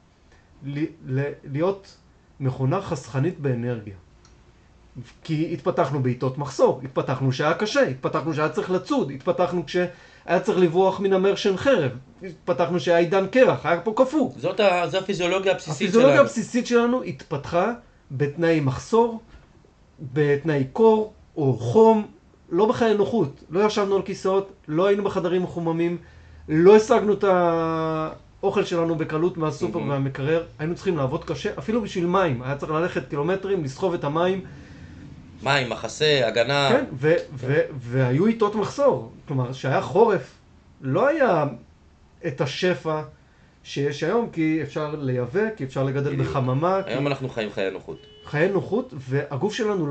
S2: להיות מכונה חסכנית באנרגיה. כי התפתחנו בעיתות מחסור, התפתחנו שהיה קשה, התפתחנו שהיה צריך לצוד, התפתחנו כשהיה צריך לברוח מן המרשן חרב, התפתחנו שהיה עידן קרח, היה פה קפוא.
S1: זו הפיזיולוגיה הבסיסית שלנו.
S2: הפיזיולוגיה הבסיסית שלנו התפתחה בתנאי מחסור, בתנאי קור או חום, לא בחיי נוחות. לא ישבנו על כיסאות, לא היינו בחדרים מחוממים, לא השגנו את האוכל שלנו בקלות מהסופר והמקרר, היינו צריכים לעבוד קשה, אפילו בשביל מים, היה צריך ללכת קילומטרים, לסחוב את המים.
S1: מים, מחסה, הגנה.
S2: כן, והיו עיתות מחסור. כלומר, שהיה חורף, לא היה את השפע שיש היום, כי אפשר לייבא, כי אפשר לגדל בחממה.
S1: היום אנחנו חיים חיי נוחות.
S2: חיי נוחות, והגוף שלנו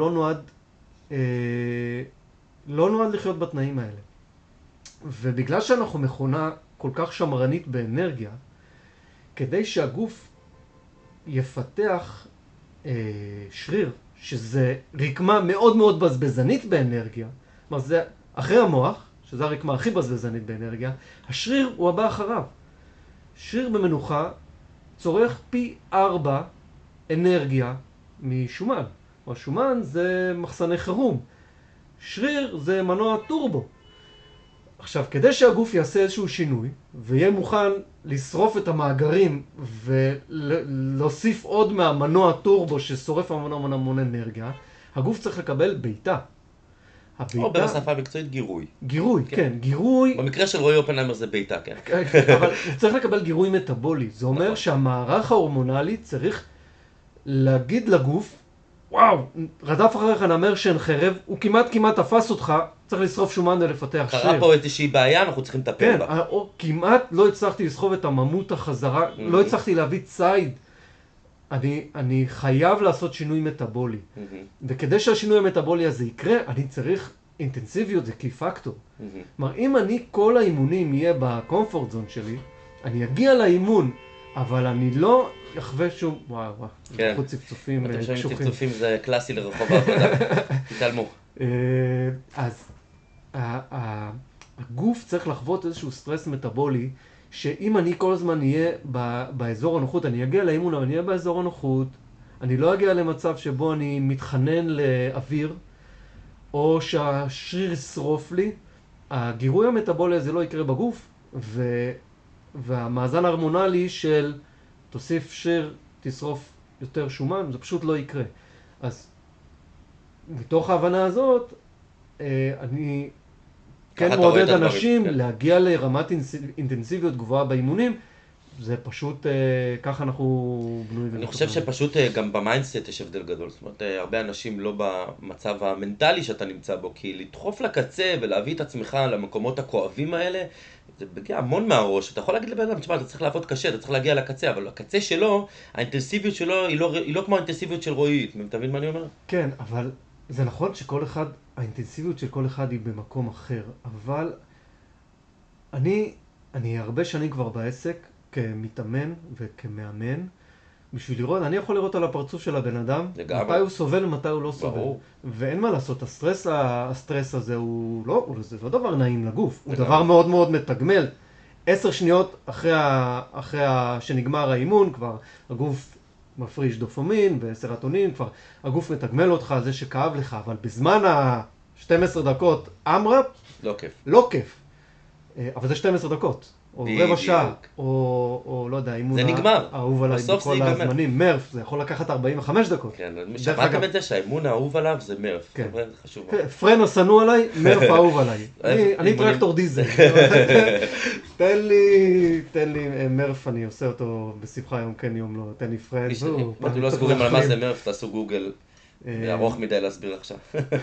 S2: לא נועד לחיות בתנאים האלה. ובגלל שאנחנו מכונה כל כך שמרנית באנרגיה, כדי שהגוף יפתח שריר, שזה רקמה מאוד מאוד בזבזנית באנרגיה, כלומר זה אחרי המוח, שזה הרקמה הכי בזבזנית באנרגיה, השריר הוא הבא אחריו. שריר במנוחה צורך פי 4 אנרגיה משומן. השומן זה מחסני חירום. שריר זה מנוע טורבו. עכשיו, כדי שהגוף יעשה איזשהו שינוי, ויהיה מוכן לשרוף את המאגרים ולהוסיף עוד מהמנוע טורבו ששורף המון אנרגיה, הגוף צריך לקבל בעיטה.
S1: או בשפה המקצועית גירוי.
S2: גירוי, כן, גירוי.
S1: במקרה של רועי אופנהיימר זה בעיטה, כן.
S2: אבל הוא צריך לקבל גירוי מטאבולי. זה אומר שהמערך ההורמונלי צריך להגיד לגוף, וואו, רדף אחריך נמר שן חרב, הוא כמעט תפס אותך, צריך לשרוף שומן ולפתח שריר.
S1: קרה פה איזושהי בעיה, אנחנו צריכים לטפל בה.
S2: כן, כמעט לא הצלחתי לסחוב את הממות החזרה, לא הצלחתי להביא ציד. אני חייב לעשות שינוי מטאבולי. וכדי שהשינוי המטאבולי הזה יקרה, אני צריך אינטנסיביות, זה קי פקטור. כלומר, אם אני כל האימונים יהיה בקומפורט זון שלי, אני אגיע לאימון, אבל אני לא אחווה שום... וואו, חוץ צפצופים
S1: קשוחים. אתם שומעים צפצופים זה קלאסי לרחוב העבודה. תתעלמו.
S2: אז הגוף צריך לחוות איזשהו סטרס מטאבולי, שאם אני כל הזמן אהיה באזור הנוחות, אני אגיע לאימון, אבל אני אהיה באזור הנוחות, אני לא אגיע למצב שבו אני מתחנן לאוויר, או שהשריר ישרוף לי, הגירוי המטאבולי הזה לא יקרה בגוף, והמאזן ההורמונלי של תוסיף שריר, תשרוף יותר שומן, זה פשוט לא יקרה. אז מתוך ההבנה הזאת, אני כן
S1: ככה אתה רואה את
S2: מעודד
S1: הדברים.
S2: אנשים
S1: כן.
S2: להגיע לרמת אינטנסיביות גבוהה באימונים, זה פשוט, ככה אנחנו בנויים
S1: אני חושב
S2: ומתוכננים.
S1: שפשוט גם במיינדסט יש הבדל גדול. זאת אומרת, הרבה אנשים לא במצב המנטלי שאתה נמצא בו, כי לדחוף לקצה ולהביא את עצמך למקומות הכואבים האלה, זה מגיע המון מהראש. אתה יכול להגיד לבן אדם, תשמע, אתה צריך לעבוד קשה, אתה צריך להגיע לקצה, אבל הקצה שלו, האינטנסיביות שלו היא לא כמו האינטנסיביות של רועי. אתה מבין מה אני אומר?
S2: כן, אבל זה נכון שכל אחד, האינטנסיביות של כל אחד היא במקום אחר, אבל אני הרבה שנים כבר בעסק כמתאמן וכמאמן, בשביל לראות, אני יכול לראות על הפרצוף של הבן אדם,
S1: לגמרי.
S2: מתי הוא סובל ומתי הוא לא סובל.
S1: ברור.
S2: ואין מה לעשות, הסטרס הזה זה לא דבר נעים לגוף, הוא
S1: לגמרי.
S2: דבר מאוד מאוד מתגמל. 10 שניות אחרי שנגמר האימון, כבר הגוף מפריש דופמין וסרטונין, כבר הגוף מתגמל אותך, זה שכאב לך, אבל בזמן ה-12 דקות אמרפ,
S1: לא כיף.
S2: לא כיף. אבל זה 12 דקות, או רבע
S1: בדיוק.
S2: שעה, או לא יודע, אימון
S1: זה נגמר.
S2: האהוב עליי
S1: בסוף זה
S2: בכל
S1: ייגמר.
S2: הזמנים, מרף, זה יכול לקחת 45 דקות.
S1: כן,
S2: דרך
S1: שמעתם
S2: אגב,
S1: את זה שהאימון האהוב עליו זה מרף.
S2: כן.
S1: חבר'ה, זה חשוב מאוד.
S2: פרנו שנוא עליי, מרף אהוב עליי. אני
S1: אימונים.
S2: טרקטור דיזל. תן לי מרף, אני עושה אותו בשמחה יום כן יום לא, תן לי פרן.
S1: אם אתם לא סגורים על מה זה מרף, תעשו גוגל. זה ארוך מדי להסביר עכשיו.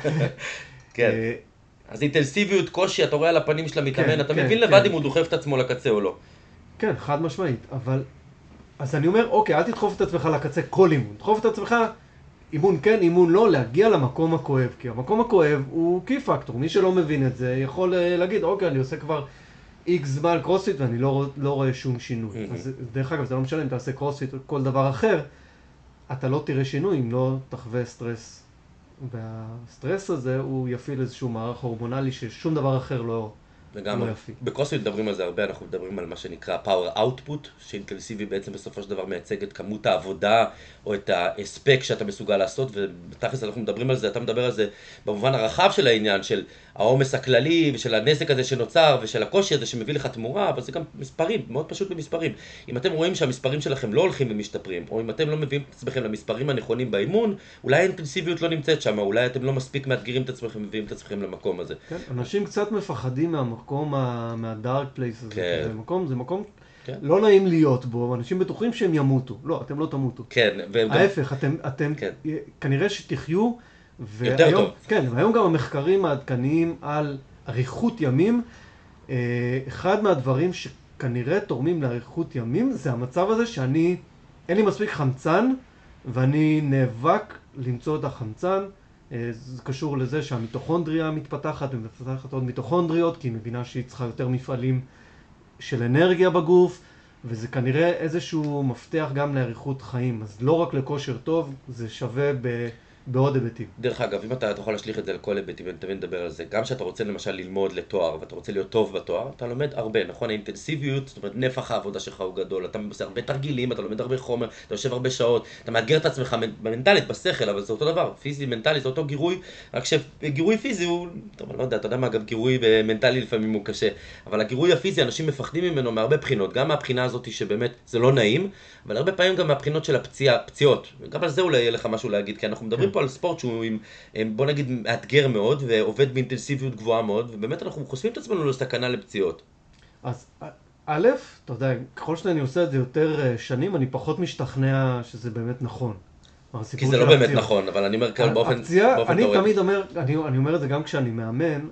S1: כן. אז אינטנסיביות, קושי, אתה רואה על הפנים של המתאמן,
S2: כן,
S1: אתה
S2: כן,
S1: מבין
S2: כן.
S1: לבד אם הוא דוחף את עצמו לקצה או לא.
S2: כן, חד משמעית, אבל... אז אני אומר, אוקיי, אל תדחוף את עצמך לקצה כל אימון. תדחוף את עצמך, אימון כן, אימון לא, להגיע למקום הכואב. כי המקום הכואב הוא קי פקטור. מי שלא מבין את זה יכול להגיד, אוקיי, אני עושה כבר איקס זמן קרוספיט ואני לא רואה שום שינוי. אז דרך אגב, זה לא משנה אם תעשה קרוספיט או כל דבר אחר, אתה לא תראה שינוי אם לא תחווה סטרס. והסטרס הזה הוא יפעיל איזשהו מערך הורמונלי ששום דבר אחר לא
S1: לגמרי.
S2: יפעיל.
S1: בקרוספיט מדברים על זה הרבה, אנחנו מדברים על מה שנקרא power output, שאינטנסיבי בעצם בסופו של דבר מייצג את כמות העבודה או את ההספק שאתה מסוגל לעשות, ובתכלס אנחנו מדברים על זה, אתה מדבר על זה במובן הרחב של העניין, של העומס הכללי ושל הנזק הזה שנוצר ושל הקושי הזה שמביא לך תמורה, אבל זה גם מספרים, מאוד פשוט במספרים. אם אתם רואים שהמספרים שלכם לא הולכים ומשתפרים, או אם אתם לא מביאים את עצמכם למספרים הנכונים באימון, אולי האינטנסיביות לא נמצאת שם, אולי אתם לא מספיק מאתגרים את עצמכם ומביאים את עצמכם למקום הזה.
S2: כן, אנשים קצת מפחדים מהמקום, מהדארק פלייס הזה.
S1: כן.
S2: זה מקום
S1: כן.
S2: לא נעים להיות בו, אנשים בטוחים שהם ימותו. לא, אתם לא תמותו.
S1: כן, וגם...
S2: ההפך, אתם
S1: כן.
S2: כנראה שתחיו,
S1: יותר טוב.
S2: כן, והיום גם המחקרים העדכניים על אריכות ימים, אחד מהדברים שכנראה תורמים לאריכות ימים, זה המצב הזה אין לי מספיק חמצן, ואני נאבק למצוא את החמצן. זה קשור לזה שהמיטוכונדריה מתפתחת ומפתחת עוד מיטוכונדריות, כי היא מבינה שהיא צריכה יותר מפעלים של אנרגיה בגוף, וזה כנראה איזשהו מפתח גם לאריכות חיים. אז לא רק לכושר טוב, זה שווה בעוד היבטים.
S1: דרך אגב, אם אתה יכול להשליך את זה לכל היבטים, ואני תמיד מדבר על זה, גם שאתה רוצה למשל ללמוד לתואר, ואתה רוצה להיות טוב בתואר, אתה לומד הרבה, נכון? האינטנסיביות, זאת אומרת, נפח העבודה שלך הוא גדול, אתה עושה הרבה תרגילים, אתה לומד הרבה חומר, אתה יושב הרבה שעות, אתה מאתגר את עצמך מנטלית, בשכל, אבל זה אותו דבר, פיזי, מנטלי, זה אותו גירוי, רק שגירוי פיזי הוא, טוב, אני לא יודע, אתה יודע מה, גם גירוי מנטלי לפעמים הוא קשה, אבל הגירוי הפיזי, אנשים מפחדים ממנו מהרבה בחינות, גם מהבחינה הזאת שבאמת זה לא נעים, אבל הרבה פעמים גם מהבחינות של הפציעות, וגם על זה אולי יהיה לך משהו להגיד, כי אנחנו מדברים פה על ספורט שהוא בוא נגיד מאתגר מאוד ועובד באינטנסיביות גבוהה מאוד, ובאמת אנחנו חושפים את עצמנו לסכנה לפציעות.
S2: אז א', אתה יודע, ככל שאני עושה את זה יותר שנים, אני פחות משתכנע שזה באמת נכון.
S1: כי זה לא באמת נכון, אבל אני אומר כאן באופן תיאורטי.
S2: אני תמיד אומר, אני אומר את זה גם כשאני מאמן,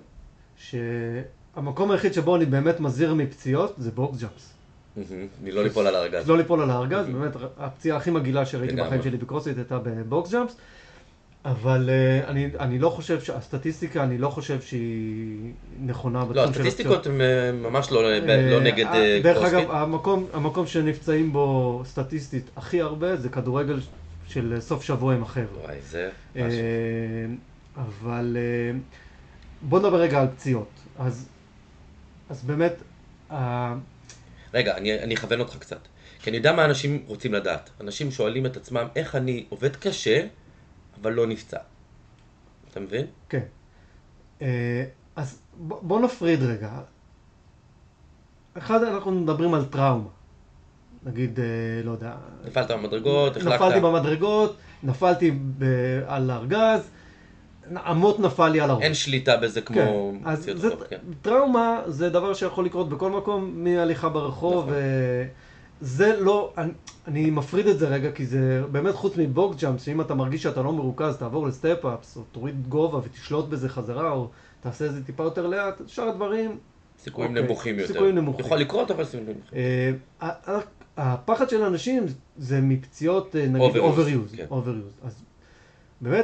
S2: שהמקום היחיד שבו אני באמת מזהיר מפציעות זה בוקס ג'אמפס.
S1: לא ליפול על הארגז.
S2: לא ליפול על הארגז, באמת הפציעה הכי מגעילה שראיתי בחיים שלי בקרוספיט הייתה בבוקס ג'אמפס, אבל אני לא חושב שהסטטיסטיקה, אני לא חושב שהיא נכונה בתחום של הפציעות.
S1: לא, הסטטיסטיקות הן ממש לא נגד קרוספיט.
S2: דרך אגב, המקום שנפצעים בו סטטיסטית הכי הרבה זה כדורגל של סוף שבוע עם החבר'ה.
S1: וואי, זה משהו.
S2: אבל בוא נדבר רגע על פציעות. אז באמת...
S1: רגע, אני אכוון אותך קצת. כי אני יודע מה אנשים רוצים לדעת. אנשים שואלים את עצמם איך אני עובד קשה, אבל לא נפצע. אתה מבין?
S2: כן. אז בוא נפריד רגע. אחד, אנחנו מדברים על טראומה. נגיד, לא יודע...
S1: נפלת במדרגות, החלקת...
S2: נפלתי במדרגות, נפלתי על הארגז. עמות נפל לי על הראש.
S1: אין שליטה בזה
S2: כן,
S1: כמו
S2: אז
S1: מציאות
S2: זה,
S1: אחרות, כן.
S2: טראומה זה דבר שיכול לקרות בכל מקום, מהליכה ברחוב,
S1: נכון.
S2: זה לא, אני מפריד את זה רגע, כי זה באמת חוץ מבוקס ג'אמפ, שאם אתה מרגיש שאתה לא מרוכז, תעבור לסטפ-אפס, או תוריד גובה ותשלוט בזה חזרה, או תעשה את זה טיפה יותר לאט, שאר הדברים,
S1: סיכויים
S2: אוקיי,
S1: נמוכים יותר.
S2: סיכויים נמוכים.
S1: יכול לקרות, אבל סיכויים נמוכים.
S2: הפחד של אנשים זה מפציעות, נגיד,
S1: Overuse,
S2: overuse,
S1: כן.
S2: overuse. אז באמת,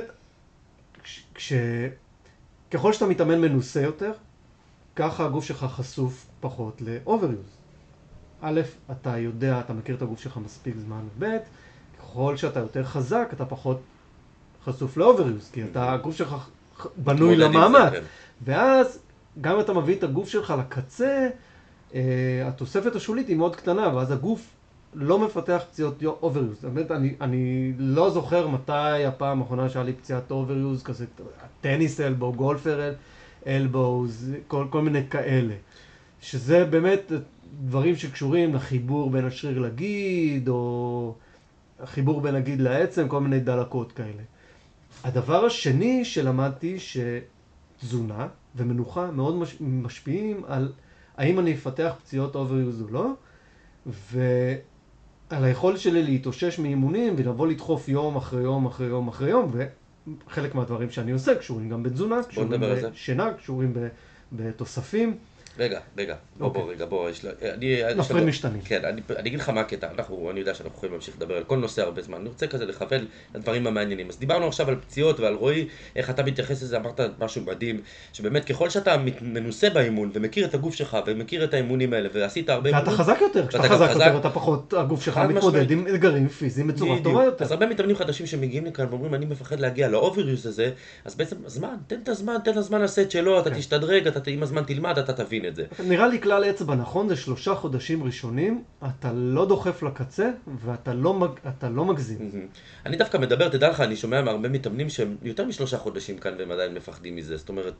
S2: ככל שאתה מתאמן מנוסה יותר, ככה הגוף שלך חשוף פחות ל-overuse. א', אתה יודע, אתה מכיר את הגוף שלך מספיק זמן, ב', ככל שאתה יותר חזק, אתה פחות חשוף ל-overuse, כי הגוף שלך בנוי למאמץ. ואז, גם אם אתה מביא את הגוף שלך לקצה, התוספת השולית היא מאוד קטנה, ואז הגוף לא מפתח פציעות overuse. באמת, אני לא זוכר מתי הפעם האחרונה שהיה לי פציעת overuse, כזה טניס אלבו, גולפר אלבו, כל מיני כאלה. שזה באמת דברים שקשורים לחיבור בין השריר לגיד, או החיבור בין הגיד לעצם, כל מיני דלקות כאלה. הדבר השני שלמדתי, שתזונה ומנוחה מאוד משפיעים על האם אני אפתח פציעות overuse או לא, ועל היכולת שלי להתאושש מאימונים ולבוא לדחוף יום אחרי יום אחרי יום אחרי יום, וחלק מהדברים שאני עושה קשורים גם בתזונה, קשורים בשינה, קשורים בתוספים.
S1: רגע, בוא,
S2: נפריד משתנים.
S1: כן, אני אגיד לך מה הקטע, אני יודע שאנחנו יכולים להמשיך לדבר על כל נושא הרבה זמן, אני רוצה כזה לכוון לדברים המעניינים. אז דיברנו עכשיו על פציעות ועל רועי, איך אתה מתייחס לזה, אמרת משהו מדהים, שבאמת ככל שאתה מנוסה באימון ומכיר את הגוף שלך ומכיר את האימונים האלה ועשית הרבה אימונים,
S2: ואתה חזק יותר, כשאתה חזק יותר אתה פחות, הגוף שלך מתמודד עם אתגרים פיזיים בצורה טובה יותר.
S1: אז הרבה מתאמנים חדשים שמגיעים לכאן ואומרים אני מפחד להגיע לאובריוס הזה, אז בעצם תן את הזמן לסט שלו, אתה תשתדרג, עם הזמן תלמד, אתה תבין את זה.
S2: נראה לי כלל אצבע נכון, זה 3 חודשים ראשונים, אתה לא דוחף לקצה ואתה לא מגזים.
S1: אני דווקא מדבר, תדע לך, אני שומע מהרבה מתאמנים שהם יותר מ3 חודשים כאן והם עדיין מפחדים מזה. זאת אומרת,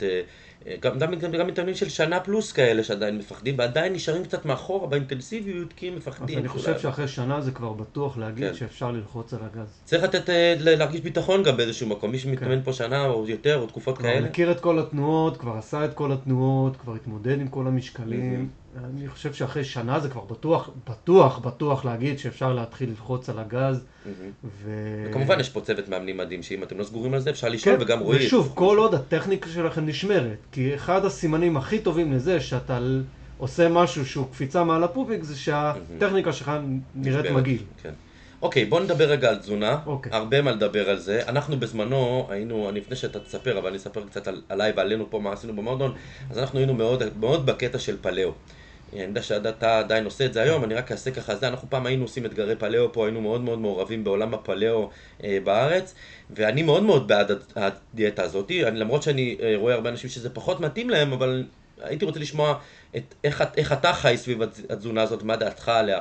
S1: גם מתאמנים של שנה פלוס כאלה שעדיין מפחדים, ועדיין נשארים קצת מאחורה באינטנסיביות כי הם מפחדים.
S2: אז אני חושב שאחרי שנה זה כבר בטוח להגיד שאפשר ללחוץ על הגז.
S1: צריך להרגיש ביטחון גם באיזשהו מקום, מי שמתאמן פה שנה או יותר או תקופות כאלה.
S2: כבר מכיר את כל התנועות, כבר עשה את כל התנועות, כבר התמודד עם כל המשקלים. אני חושב שאחרי שנה זה כבר בטוח להגיד שאפשר להתחיל ללחוץ על הגז.
S1: וכמובן יש פה צוות מאמנים מדהים שאם אתם לא סגורים על זה אפשר לשאול וגם רואים.
S2: ושוב, כל עוד הטכניקה שלכם נשמרת, כי אחד הסימנים הכי טובים לזה שאתה עושה משהו שהוא קפיצה מעל הפופיק, זה שהטכניקה שלך נראית מגעיל.
S1: אוקיי, בוא נדבר רגע על תזונה, הרבה מה לדבר על זה. אנחנו בזמנו היינו, אני לפני שאתה תספר, אבל אני אספר קצת עליי ועלינו פה מה עשינו במועדון, אז אנחנו היינו מאוד בקטע של פלאו. אני יודע שאתה עדיין עושה את זה היום, אני רק אעשה ככה זה, אנחנו פעם היינו עושים אתגרי פלאו פה, היינו מאוד מאוד מעורבים בעולם הפלאו בארץ, ואני מאוד מאוד בעד הדיאטה הזאת, למרות שאני רואה הרבה אנשים שזה פחות מתאים להם, אבל הייתי רוצה לשמוע איך אתה חי סביב התזונה הזאת, מה דעתך עליה?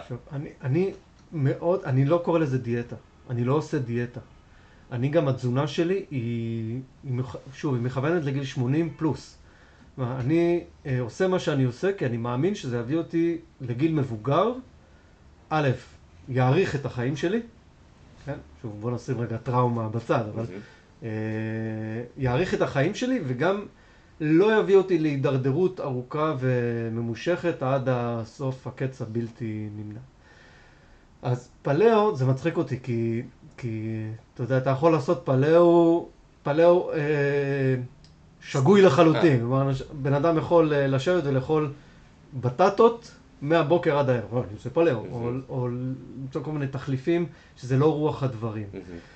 S2: אני לא קורא לזה דיאטה, אני לא עושה דיאטה. אני גם התזונה שלי היא מכוונת לגיל 80 פלוס. אני עושה מה שאני עושה כי אני מאמין שזה יביא אותי לגיל מבוגר. א', יאריך את החיים שלי. כן? שוב, בוא נשים רגע טראומה בצד, אבל יאריך את החיים שלי וגם לא יביא אותי להידרדרות ארוכה וממושכת עד הסוף הקץ הבלתי נמנע. אז פלאו זה מצחיק אותי כי אתה יודע, אתה יכול לעשות פלאו שגוי לחלוטין. בן אדם יכול לשבת ולאכול בטטות מהבוקר עד הערב. אני עושה פלאו, או למצוא כל מיני תחליפים שזה לא רוח הדברים.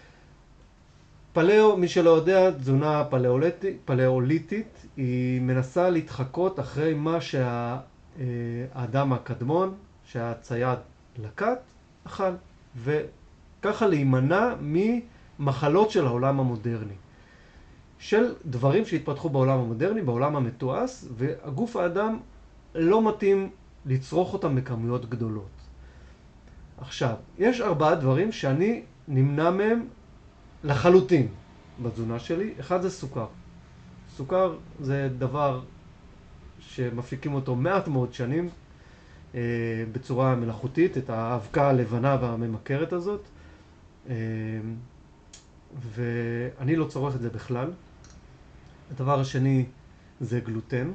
S2: פלאו, מי שלא יודע, תזונה פלאוליטית, היא מנסה להתחקות אחרי מה שהאדם הקדמון, שהצייד לקט, אכל, וככה להימנע ממחלות של העולם המודרני. של דברים שהתפתחו בעולם המודרני, בעולם המתועש, והגוף האדם לא מתאים לצרוך אותם בכמויות גדולות. עכשיו, יש 4 דברים שאני נמנע מהם לחלוטין בתזונה שלי. אחד זה סוכר. סוכר זה דבר שמפיקים אותו מעט מאוד שנים, בצורה מלאכותית, את האבקה הלבנה והממכרת הזאת. ואני לא צורך את זה בכלל. הדבר השני זה גלוטן.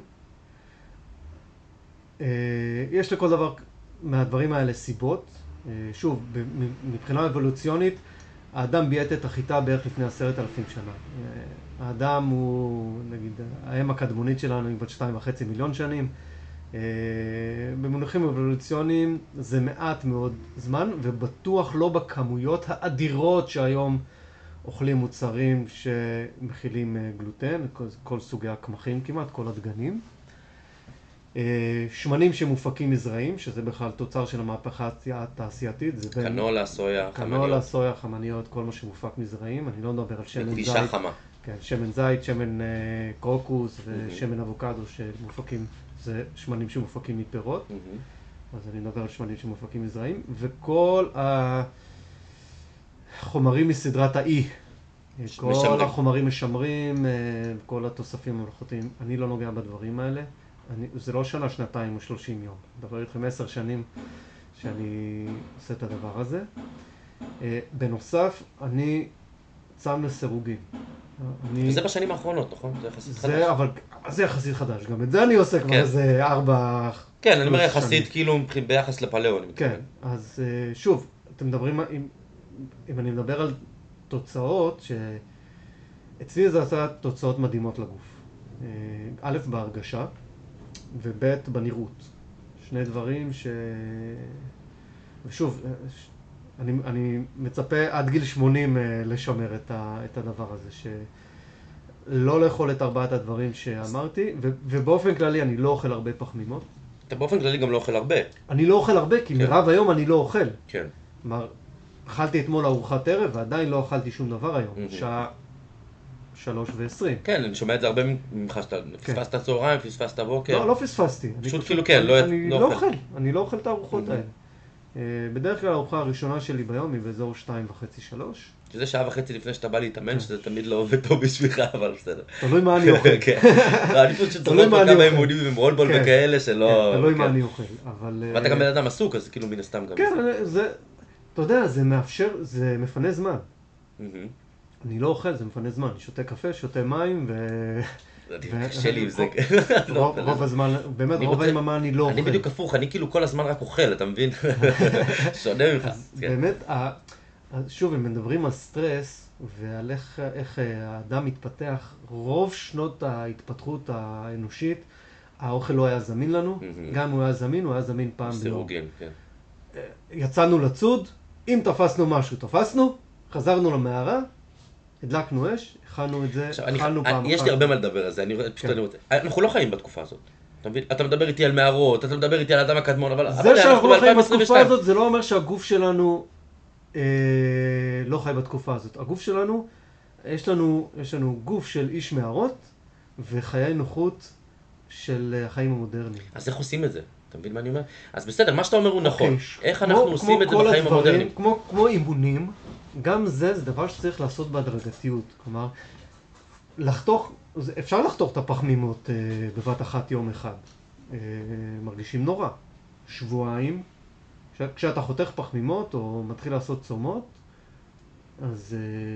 S2: יש לכל דבר מהדברים האלה סיבות. שוב, מבחינה אבולוציונית, האדם ביית את החיטה בערך לפני 10,000 שנה. האדם הוא, נגיד, האם הקדמונית שלנו היא בת 2.5 מיליון שנים. במונחים אבולוציוניים זה מעט מאוד זמן, ובטוח לא בכמויות האדירות שהיום אוכלים מוצרים שמכילים גלוטן, כל סוגי הקמחים כמעט, כל הדגנים. שמנים שמופקים מזרעים, שזה בכלל תוצר של המהפכה התעשייתית.
S1: קנולה, סויה, חמניות.
S2: קנולה, סויה, חמניות, כל מה שמופק מזרעים. אני לא מדבר על שמן זית.
S1: לקדישה חמה.
S2: כן, שמן זית, שמן קרוקוס ושמן אבוקדו שמופקים, זה שמנים שמופקים מפירות. אז אני מדבר על שמנים שמופקים מזרעים. וכל החומרים מסדרת האי. כל החומרים משמרים, כל התוספים המלאכותיים. אני לא נוגע בדברים האלה. זה לא שנה, שנתיים או 30 יום. מדבר איתכם 10 שנים שאני עושה את הדבר הזה. בנוסף, אני צם לסירוגין.
S1: וזה בשנים האחרונות, נכון? זה יחסית חדש.
S2: אבל זה יחסית חדש. גם את זה אני עושה כבר איזה 4...
S1: כן, אני אומר יחסית כאילו ביחס לפלאו.
S2: כן, אז שוב, אתם מדברים, אם אני מדבר על תוצאות, אצלי זה עשה תוצאות מדהימות לגוף. א', בהרגשה, וב' בנראות. שני דברים ושוב, אני מצפה עד גיל 80 לשמר את הדבר הזה, שלא לאכול את 4 הדברים שאמרתי, ובאופן כללי אני לא אוכל הרבה פחמימות.
S1: אתה באופן כללי גם לא אוכל הרבה.
S2: אני לא אוכל הרבה, כי מרב היום אני לא אוכל.
S1: כן.
S2: כלומר, אכלתי אתמול ארוחת ערב, ועדיין לא אכלתי שום דבר היום. שעה 3:20.
S1: כן, אני שומע את זה הרבה ממך, שאתה פספסת צהריים, פספסת בוקר.
S2: לא פספסתי.
S1: פשוט כאילו כן,
S2: לא אוכל. אני לא אוכל את הארוחות האלה. בדרך כלל הארוחה הראשונה שלי ביום היא באזור 2:30-3.
S1: שזה 1.5 שעה לפני שאתה בא להתאמן, שזה תמיד לא עובד טוב בשבילך, אבל בסדר.
S2: תלוי מה אני אוכל.
S1: אני פשוט שצריך פה כמה אימונים עם רולבול וכאלה שלא...
S2: תלוי מה אני אוכל,
S1: ואתה גם בן אדם עסוק, אז כאילו מן הסתם גם...
S2: כן, אתה יודע, זה מאפשר, זה מפנה זמן. אני לא אוכל, זה מפנה זמן. אני שותה קפה, שותה מים
S1: קשה לי עם זה.
S2: רוב הזמן, באמת רוב היממה אני לא אוכל.
S1: אני בדיוק הפוך, אני כאילו כל הזמן רק אוכל, אתה מבין? שונה ממך.
S2: באמת, שוב, אם מדברים על סטרס ועל איך האדם מתפתח, רוב שנות ההתפתחות האנושית, האוכל לא היה זמין לנו. גם אם הוא היה זמין, הוא היה זמין פעם ביום.
S1: סירוגין, כן.
S2: יצאנו לצוד, אם תפסנו משהו, תפסנו, חזרנו למערה, הדלקנו אש, הכנו את זה, אכלנו פעם אחת.
S1: יש לי הרבה מה לדבר על זה, אנחנו לא חיים בתקופה הזאת. אתה מדבר איתי על מערות, אתה מדבר איתי על האדם הקדמון, אבל
S2: זה שאנחנו לא חיים בתקופה הזאת, זה לא אומר שהגוף שלנו לא חי בתקופה הזאת. הגוף שלנו, יש לנו גוף של איש מערות, וחיי נוחות של החיים המודרניים.
S1: אז איך עושים את זה? אתה מבין מה אני אומר? אז בסדר, מה שאתה אומר הוא נכון. איך אנחנו עושים את זה בחיים המודרניים?
S2: כמו אימונים, גם זה דבר שצריך לעשות בהדרגתיות. כלומר, אפשר לחתוך את הפחמימות בבת אחת יום אחד. מרגישים נורא. שבועיים, כשאתה חותך פחמימות או מתחיל לעשות צומות, אז...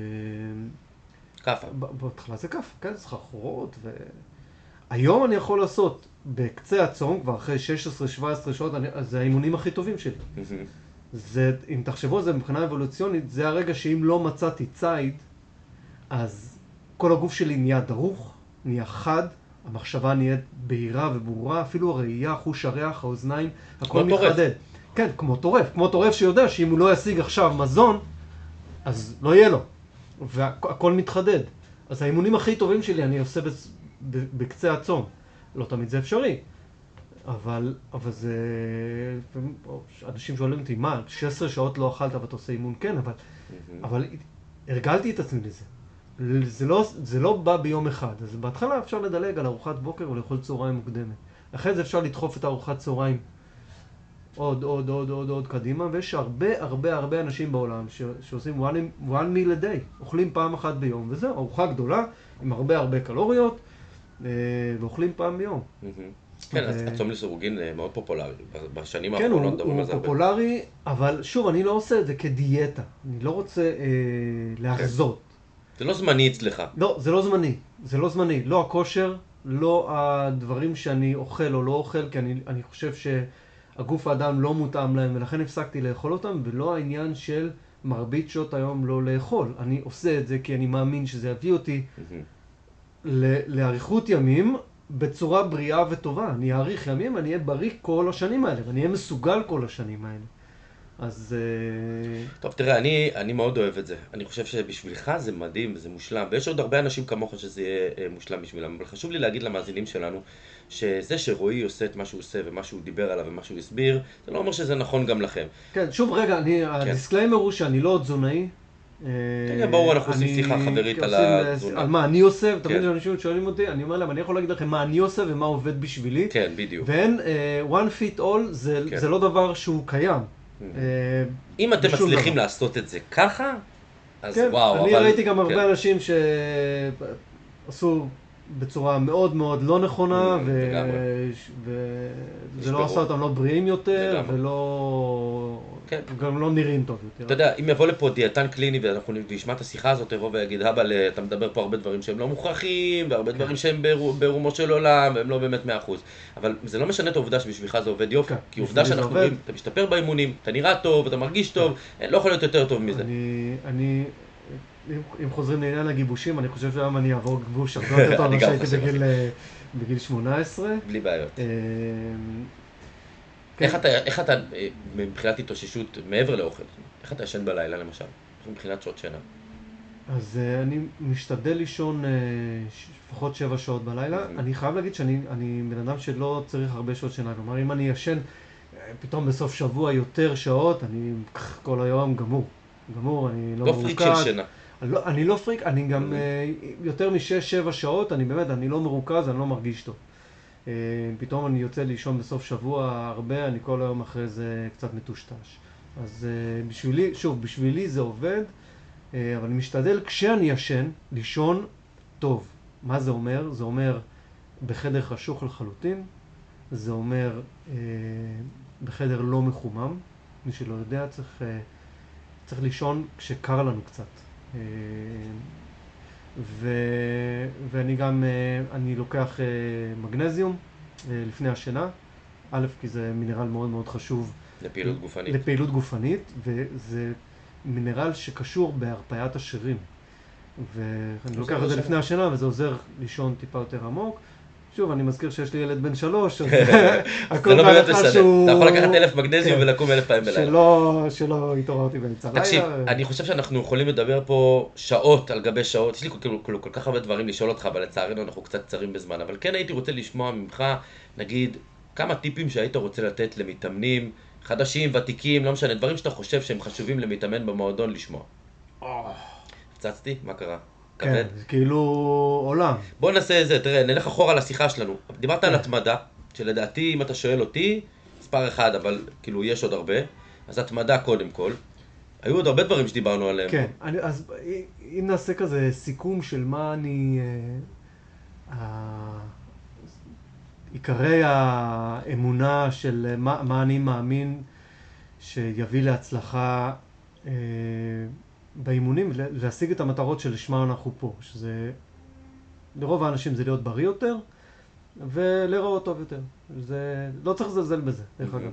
S1: כפה.
S2: בהתחלה זה כפה, כן, סחרחורות היום אני יכול לעשות בקצה הצום, כבר אחרי 16-17 שעות, זה האימונים הכי טובים שלי. אם תחשבו על זה מבחינה אבולוציונית, זה הרגע שאם לא מצאתי ציד, אז כל הגוף שלי נהיה דרוך, נהיה חד, המחשבה נהיית בהירה וברורה, אפילו הראייה, חוש הריח, האוזניים, הכל מתחדד. כן, כמו טורף שיודע שאם הוא לא ישיג עכשיו מזון, אז לא יהיה לו, והכל מתחדד. אז האימונים הכי טובים שלי אני עושה בקצה הצום. לא תמיד זה אפשרי, אבל זה... אנשים שואלים אותי, מה, 16 שעות לא אכלת ואתה עושה אימון? כן, אבל הרגלתי את עצמי לזה. זה לא בא ביום אחד, אז בהתחלה אפשר לדלג על ארוחת בוקר ולאכול צהריים מוקדמת. אחרי זה אפשר לדחוף את ארוחת צהריים עוד קדימה, ויש הרבה אנשים בעולם שעושים one meal a day, אוכלים פעם אחת ביום, וזהו, ארוחה גדולה עם הרבה קלוריות, ואוכלים פעם ביום.
S1: כן, הצום לסירוגין מאוד פופולרי, בשנים האחרונות מדברים על זה
S2: הרבה. הוא פופולרי, אבל שוב, אני לא עושה את זה כדיאטה, אני לא רוצה להחזות.
S1: זה לא זמני אצלך.
S2: לא, זה לא זמני. זה לא זמני. לא הכושר, לא הדברים שאני אוכל או לא אוכל, כי אני חושב שהגוף האדם לא מותאם להם, ולכן הפסקתי לאכול אותם, ולא העניין של מרבית שעות היום לא לאכול. אני עושה את זה כי אני מאמין שזה יביא אותי לאריכות ימים בצורה בריאה וטובה. אני אאריך ימים, אני אהיה בריא כל השנים האלה, ואני אהיה מסוגל כל השנים האלה. אז
S1: טוב, תראה, אני מאוד אוהב את זה. אני חושב שבשבילך זה מדהים וזה מושלם, ויש עוד הרבה אנשים כמוך שזה יהיה מושלם בשבילם. אבל חשוב לי להגיד למאזינים שלנו, שזה שרועי עושה את מה שהוא עושה ומה שהוא דיבר עליו ומה שהוא הסביר, זה לא אומר שזה נכון גם לכם.
S2: כן, שוב רגע, הדיסקליימר הוא שאני לא תזונאי.
S1: כן, ברור, אנחנו עושים שיחה חברית על התזונה.
S2: על מה אני עושה, תמיד אנשים שואלים אותי, אני אומר להם, אני יכול להגיד לכם מה אני עושה ומה עובד בשבילי.
S1: כן, בדיוק.
S2: ואין one fit all, זה לא דבר שהוא קיים.
S1: אם אתם מצליחים לעשות את זה ככה, אז וואו.
S2: אני ראיתי גם הרבה אנשים שעשו בצורה מאוד מאוד לא נכונה, וזה לא עשה אותם לא בריאים יותר, ולא... גם לא נראים טוב יותר.
S1: אתה יודע, אם יבוא לפה דיאטן קליני ואנחנו נשמע את השיחה הזאת, יבוא ויגיד, אבל אתה מדבר פה הרבה דברים שהם לא מוכרחים, והרבה דברים שהם ברומו של עולם, והם לא באמת 100%. אבל זה לא משנה את העובדה שבשבילך זה עובד יופי, כי עובדה שאנחנו רואים, אתה משתפר באימונים, אתה נראה טוב, אתה מרגיש טוב, לא יכול להיות יותר טוב מזה.
S2: אם חוזרים לעניין הגיבושים, אני חושב שהיום אני אעבור גיבוש הרבה יותר טוב שהייתי בגיל 18.
S1: בלי בעיות. איך אתה, מבחינת התאוששות, מעבר לאוכל, איך אתה ישן בלילה למשל? מבחינת שעות שינה?
S2: אז אני משתדל לישון לפחות 7 שעות בלילה. אני חייב להגיד שאני בן אדם שלא צריך הרבה שעות שינה. כלומר, אם אני ישן פתאום בסוף שבוע יותר שעות, אני כל היום גמור, אני לא מרוכז.
S1: לא פריק של שינה.
S2: אני לא פריק, אני גם יותר מ6-7 שעות, אני לא מרוכז, אני לא מרגיש טוב. פתאום אני יוצא לישון בסוף שבוע הרבה, אני כל היום אחרי זה קצת מטושטש. אז בשבילי זה עובד, אבל אני משתדל כשאני ישן, לישון טוב. מה זה אומר? זה אומר בחדר חשוך לחלוטין, זה אומר בחדר לא מחומם. מי שלא יודע, צריך לישון כשקר לנו קצת. ואני גם, אני לוקח מגנזיום לפני השינה, א', כי זה מינרל מאוד מאוד חשוב לפעילות גופנית, וזה מינרל שקשור בהרפאית השרירים. ואני לוקח את זה לפני השינה, וזה עוזר לישון טיפה יותר עמוק. שוב, אני מזכיר שיש לי ילד בן 3, אז
S1: הכל בהלכה שהוא... אתה יכול לקחת 1000 מגנזיום ולקום 1000 פעמים בלילה.
S2: שלא התעוררתי באמצע לילה.
S1: תקשיב, אני חושב שאנחנו יכולים לדבר פה שעות על גבי שעות. יש לי כל כך הרבה דברים לשאול אותך, אבל לצערנו אנחנו קצת קצרים בזמן. אבל כן הייתי רוצה לשמוע ממך, נגיד, כמה טיפים שהיית רוצה לתת למתאמנים, חדשים, ותיקים, לא משנה, דברים שאתה חושב שהם חשובים למתאמן במועדון לשמוע. הפצצתי? מה קרה?
S2: כן, זה כאילו עולם.
S1: בוא נעשה את זה, תראה, נלך אחורה לשיחה שלנו. דיברת על התמדה, שלדעתי, אם אתה שואל אותי, מספר 1, אבל כאילו יש עוד הרבה. אז התמדה קודם כל. היו עוד הרבה דברים שדיברנו עליהם.
S2: כן, אז אם נעשה כזה סיכום של מה אני... עיקרי האמונה של מה אני מאמין שיביא להצלחה באימונים, להשיג את המטרות שלשמה אנחנו פה, שזה, לרוב האנשים זה להיות בריא יותר, ולראות טוב יותר. זה, לא צריך לזלזל בזה, דרך אגב.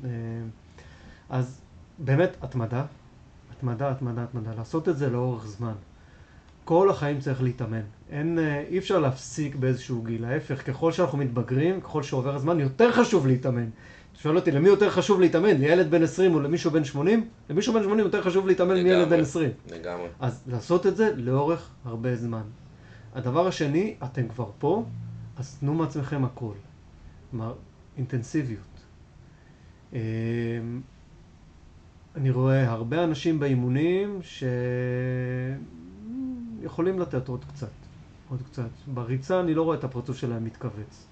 S2: אז באמת, התמדה, לעשות את זה לאורך זמן. כל החיים צריך להתאמן. אי אפשר להפסיק באיזשהו גיל. ההפך, ככל שאנחנו מתבגרים, ככל שעובר הזמן, יותר חשוב להתאמן. שואל אותי, למי יותר חשוב להתאמן? לילד בן 20 או למישהו בן 80? למישהו בן 80 יותר חשוב להתאמן מילד בן 20.
S1: לגמרי.
S2: אז לעשות את זה לאורך הרבה זמן. הדבר השני, אתם כבר פה, אז תנו מעצמכם הכל. כלומר, אינטנסיביות. אני רואה הרבה אנשים באימונים שיכולים לתת עוד קצת. בריצה אני לא רואה את הפרצוף שלהם מתכווץ.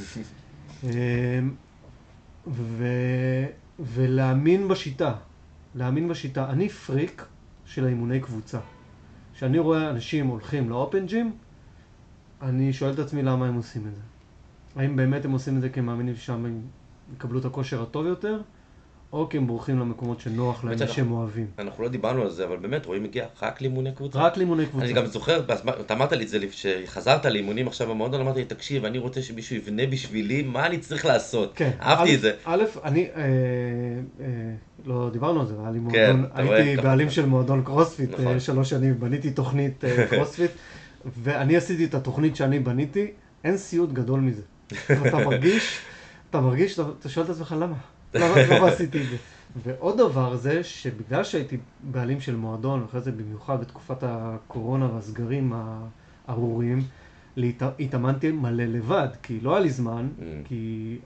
S2: ולהאמין בשיטה. אני פריק של האימוני קבוצה. כשאני רואה אנשים הולכים לאופן ג'ים, אני שואל את עצמי למה הם עושים את זה. האם באמת הם עושים את זה כי הם מאמינים ששם הם יקבלו את הכושר הטוב יותר, או כי הם בורחים למקומות שנוח להם,
S1: באמת
S2: שהם אוהבים.
S1: אנחנו לא דיברנו על זה, אבל באמת רועי מגיע רק לאימוני קבוצה.
S2: רק לאימוני קבוצה.
S1: אני גם זוכר, אתה אמרת לי את זה, כשחזרת לאימונים עכשיו במועדון, אמרתי לי, תקשיב, אני רוצה שמישהו יבנה בשבילי, מה אני צריך לעשות?
S2: כן.
S1: אהבתי את זה.
S2: א', אני, לא דיברנו על זה, היה לי
S1: כן,
S2: מועדון,
S1: אתה רואה,
S2: הייתי בעלים של מועדון קרוספיט,
S1: נכון.
S2: 3 שנים, בניתי תוכנית קרוספיט, ואני עשיתי את התוכנית שאני בניתי, אין סיוט גדול מזה. אתה מרגיש, אתה שואל את עצמך, למה? למה עשיתי את זה? ועוד דבר זה שבגלל שהייתי בעלים של מועדון, ואחרי זה במיוחד בתקופת הקורונה והסגרים הארורים, התאמנתי מלא לבד, כי לא היה לי זמן, כי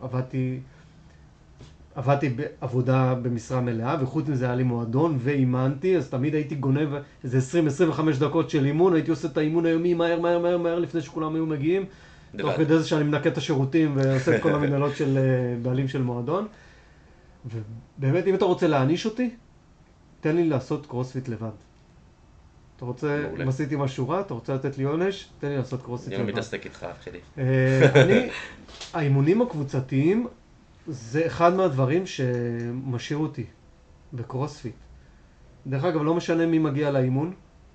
S2: עבדתי בעבודה במשרה מלאה, וחוץ מזה היה לי מועדון ואימנתי, אז תמיד הייתי גונב איזה 20-25 דקות של אימון, הייתי עושה את האימון היומי מהר לפני שכולם היו מגיעים, תוך כדי זה שאני מנקה את השירותים ועושה את כל המנהלות של בעלים של מועדון. ובאמת, אם אתה רוצה להעניש אותי, תן לי לעשות קרוספיט לבד. אתה רוצה, אם עשיתי משהו רע, אתה רוצה לתת לי עונש, תן לי לעשות קרוספיט לבד.
S1: אני לא מתעסק איתך, אח שלי.
S2: האימונים הקבוצתיים, זה אחד מהדברים שמשאיר אותי בקרוספיט. דרך אגב, לא משנה מי מגיע לאימון,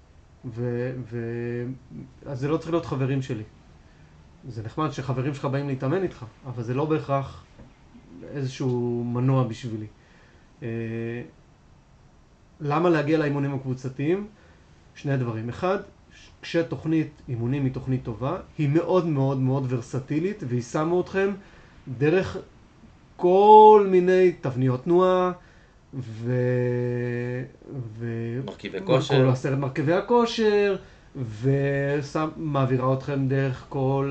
S2: אז זה לא צריך להיות חברים שלי. זה נחמד שחברים שלך באים להתאמן איתך, אבל זה לא בהכרח איזשהו מנוע בשבילי. למה להגיע לאימונים הקבוצתיים? 2 דברים. אחד, כשתוכנית אימונים היא תוכנית טובה, היא מאוד מאוד מאוד ורסטילית, והיא שמה אתכם דרך כל מיני תבניות תנועה,
S1: מרכיבי כושר.
S2: 10 מרכיבי הכושר, ומעבירה אתכם דרך כל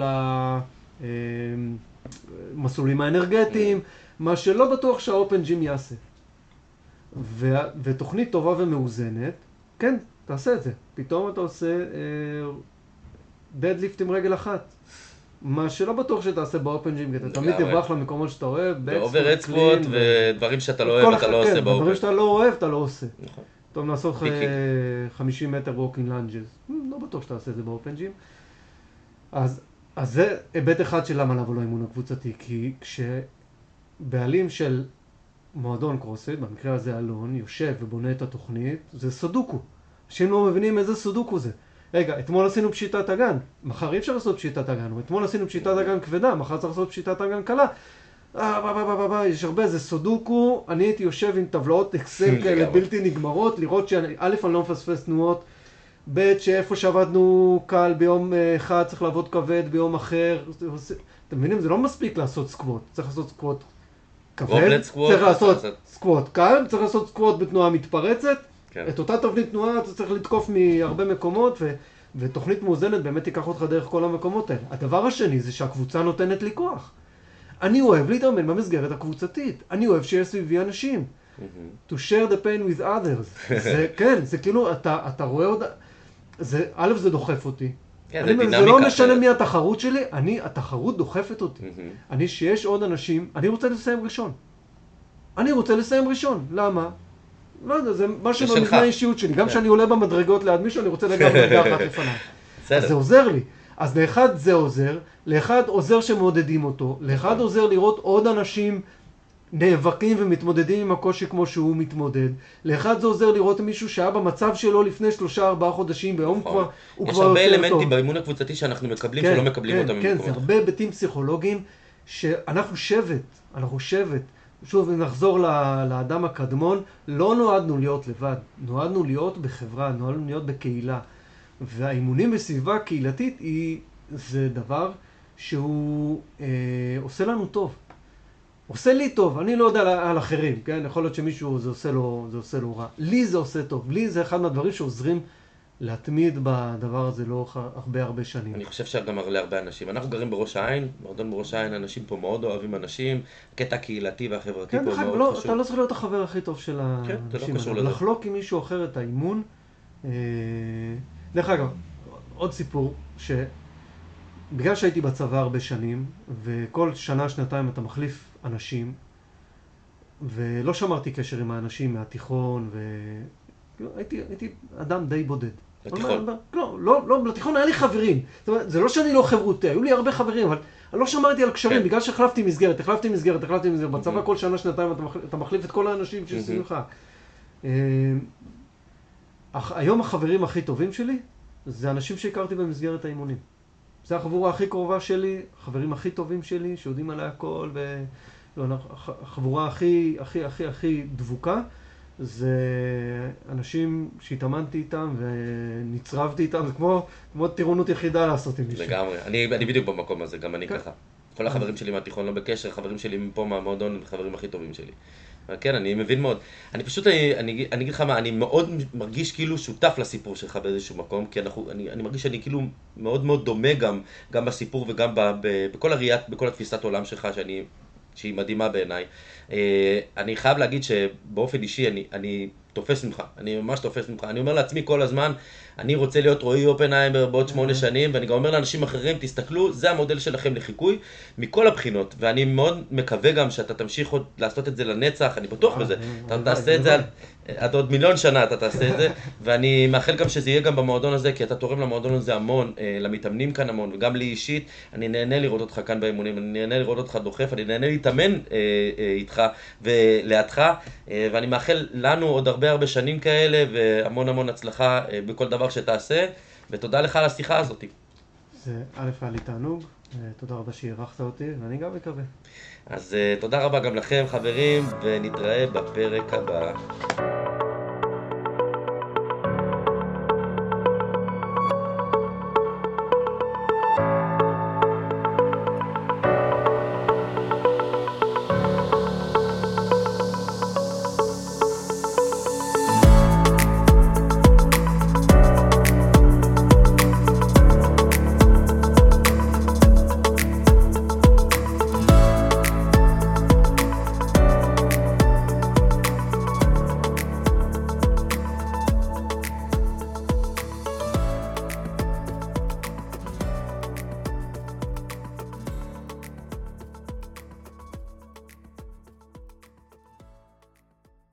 S2: המסלולים האנרגטיים, מה שלא בטוח שהאופן ג'ים יעשה. ותוכנית טובה ומאוזנת, כן, תעשה את זה. פתאום אתה עושה דדליפט עם רגל אחת. מה שלא בטוח שתעשה באופן ג'ים, כי אתה תמיד תברח למקומות שאתה אוהב,
S1: באובר אדסקווט ודברים שאתה לא אוהב, אתה לא עושה באופן.
S2: דברים שאתה לא אוהב, אתה לא עושה.
S1: נכון.
S2: טוב, נעשות 50 מטר ווקינג לנג'ז. לא בטוח שאתה עושה את זה באופן ג'ים. אז זה היבט אחד של למה לבוא לאימון הקבוצתי, כי כשבעלים של מועדון קרוספיט, במקרה הזה אלון, יושב ובונה את התוכנית, זה סודוקו. אנשים לא מבינים איזה סודוקו זה. רגע, אתמול עשינו פשיטת אגן, מחר אי אפשר לעשות פשיטת אגן, או אתמול עשינו פשיטת אגן כבדה, מחר צריך לעשות פשיטת אגן קלה. יש הרבה, זה סודוקו, אני הייתי יושב עם טבלאות אקסל כאלה בלתי נגמרות, לראות שא' אני לא מפספס תנועות, ב' שאיפה שעבדנו קל ביום אחד צריך לעבוד כבד ביום אחר, אתם מבינים, זה לא מספיק לעשות סקווט, צריך לעשות סקווט כבד, צריך לעשות סקווט קל, צריך לעשות סקווט בתנועה מתפרצת, את אותה תבנית תנועה אתה צריך לתקוף מהרבה מקומות, ותוכנית מאוזנת באמת תיקח אותך דרך כל המקומות האלה. הדבר השני זה שהקבוצה נותנת לי כוח. אני אוהב להתאמן במסגרת הקבוצתית, אני אוהב שיש סביבי אנשים. To share the pain with others. זה, כן, זה כאילו, אתה רואה עוד, א' זה דוחף אותי. זה לא משנה מי התחרות שלי, התחרות דוחפת אותי. אני שיש עוד אנשים, אני רוצה לסיים ראשון. למה? לא יודע, זה משהו במבנה האישיות שלי. גם כשאני עולה במדרגות ליד מישהו, אני רוצה לגמרי מדרגה אחת לפניי. אז זה עוזר לי. אז לאחד זה עוזר, לאחד עוזר שמעודדים אותו, לאחד עוזר לראות עוד אנשים נאבקים ומתמודדים עם הקושי כמו שהוא מתמודד, לאחד זה עוזר לראות מישהו שהיה במצב שלו לפני 3-4 חודשים, והיום הוא כבר יותר טוב.
S1: יש הרבה אלמנטים באימון הקבוצתי שאנחנו מקבלים שלא מקבלים אותם
S2: ממקומות. כן, זה הרבה היבטים פסיכולוגיים שאנחנו שבט. שוב, אם נחזור לאדם הקדמון, לא נועדנו להיות לבד, נועדנו להיות בחברה, נועדנו להיות בקהילה. והאימונים בסביבה קהילתית זה דבר שהוא עושה לנו טוב. עושה לי טוב, אני לא יודע על אחרים, כן? יכול להיות שמישהו זה עושה לו רע. לי זה עושה טוב, לי זה אחד מהדברים שעוזרים להתמיד בדבר הזה לאורך הרבה שנים.
S1: אני חושב שגם להרבה אנשים. אנחנו גרים בראש העין, מועדון בראש העין, אנשים פה מאוד אוהבים אנשים, הקטע הקהילתי והחברתי פה מאוד חשוב.
S2: אתה לא צריך להיות החבר הכי טוב של האנשים.
S1: כן, זה לא קשור לזה.
S2: לחלוק עם מישהו אחר את האימון. דרך אגב, עוד סיפור, שבגלל שהייתי בצבא הרבה שנים, וכל שנה-שנתיים אתה מחליף אנשים, ולא שמרתי קשר עם האנשים מהתיכון, הייתי אדם די בודד.
S1: בתיכון.
S2: לא, לתיכון היה לי חברים. זאת אומרת, זה לא שאני לא חברותי, היו לי הרבה חברים, אבל אני לא שמרתי על קשרים, בגלל שהחלפתי מסגרת. בצבא כל שנה, שנתיים אתה מחליף את כל האנשים שסביבך. היום החברים הכי טובים שלי, זה אנשים שהכרתי במסגרת האימונים. זה החבורה הכי קרובה שלי, החברים הכי טובים שלי, שיודעים עליי הכל, החבורה הכי דבוקה, זה אנשים שהתאמנתי איתם ונצרבתי איתם, זה כמו טירונות יחידה לעשות עם מישהו.
S1: לגמרי, אני בדיוק במקום הזה, גם אני ככה. כל החברים שלי מהתיכון לא בקשר, חברים שלי מפה מהמועדון, הם חברים הכי טובים שלי. כן, אני מבין מאוד. אני פשוט, אני אגיד לך מה, אני מאוד מרגיש כאילו שותף לסיפור שלך באיזשהו מקום, כי אני מרגיש שאני כאילו מאוד מאוד דומה גם בסיפור וגם בכל הראיית, בכל התפיסת עולם שלך, שהיא מדהימה בעיניי. אני חייב להגיד שבאופן אישי אני תופס ממך, אני ממש תופס ממך. אני אומר לעצמי כל הזמן, אני רוצה להיות רועי אופנהיימר בעוד 8 שנים, ואני גם אומר לאנשים אחרים, תסתכלו, זה המודל שלכם לחיקוי, מכל הבחינות, ואני מאוד מקווה גם שאתה תמשיך עוד לעשות את זה לנצח, אני בטוח בזה, אתה תעשה את זה עד עוד מיליון שנה, אתה תעשה את זה, ואני מאחל גם שזה יהיה גם במועדון הזה, כי אתה תורם למועדון הזה המון, למתאמנים כאן המון, וגם לי אישית, אני נהנה לראות אותך כאן באימונים, אני נהנה לראות אותך דוחף, אני נהנה להתאמן איתך ולידך, ואני מאחל לנו עוד הרבה שנים כאלה, והמון הצלחה בכל דבר שתעשה, ותודה לך על השיחה הזאת.
S2: זה היה לי תענוג, תודה רבה שהערכת אותי, ואני גם מקווה.
S1: אז תודה רבה גם לכם חברים, ונתראה בפרק הבא.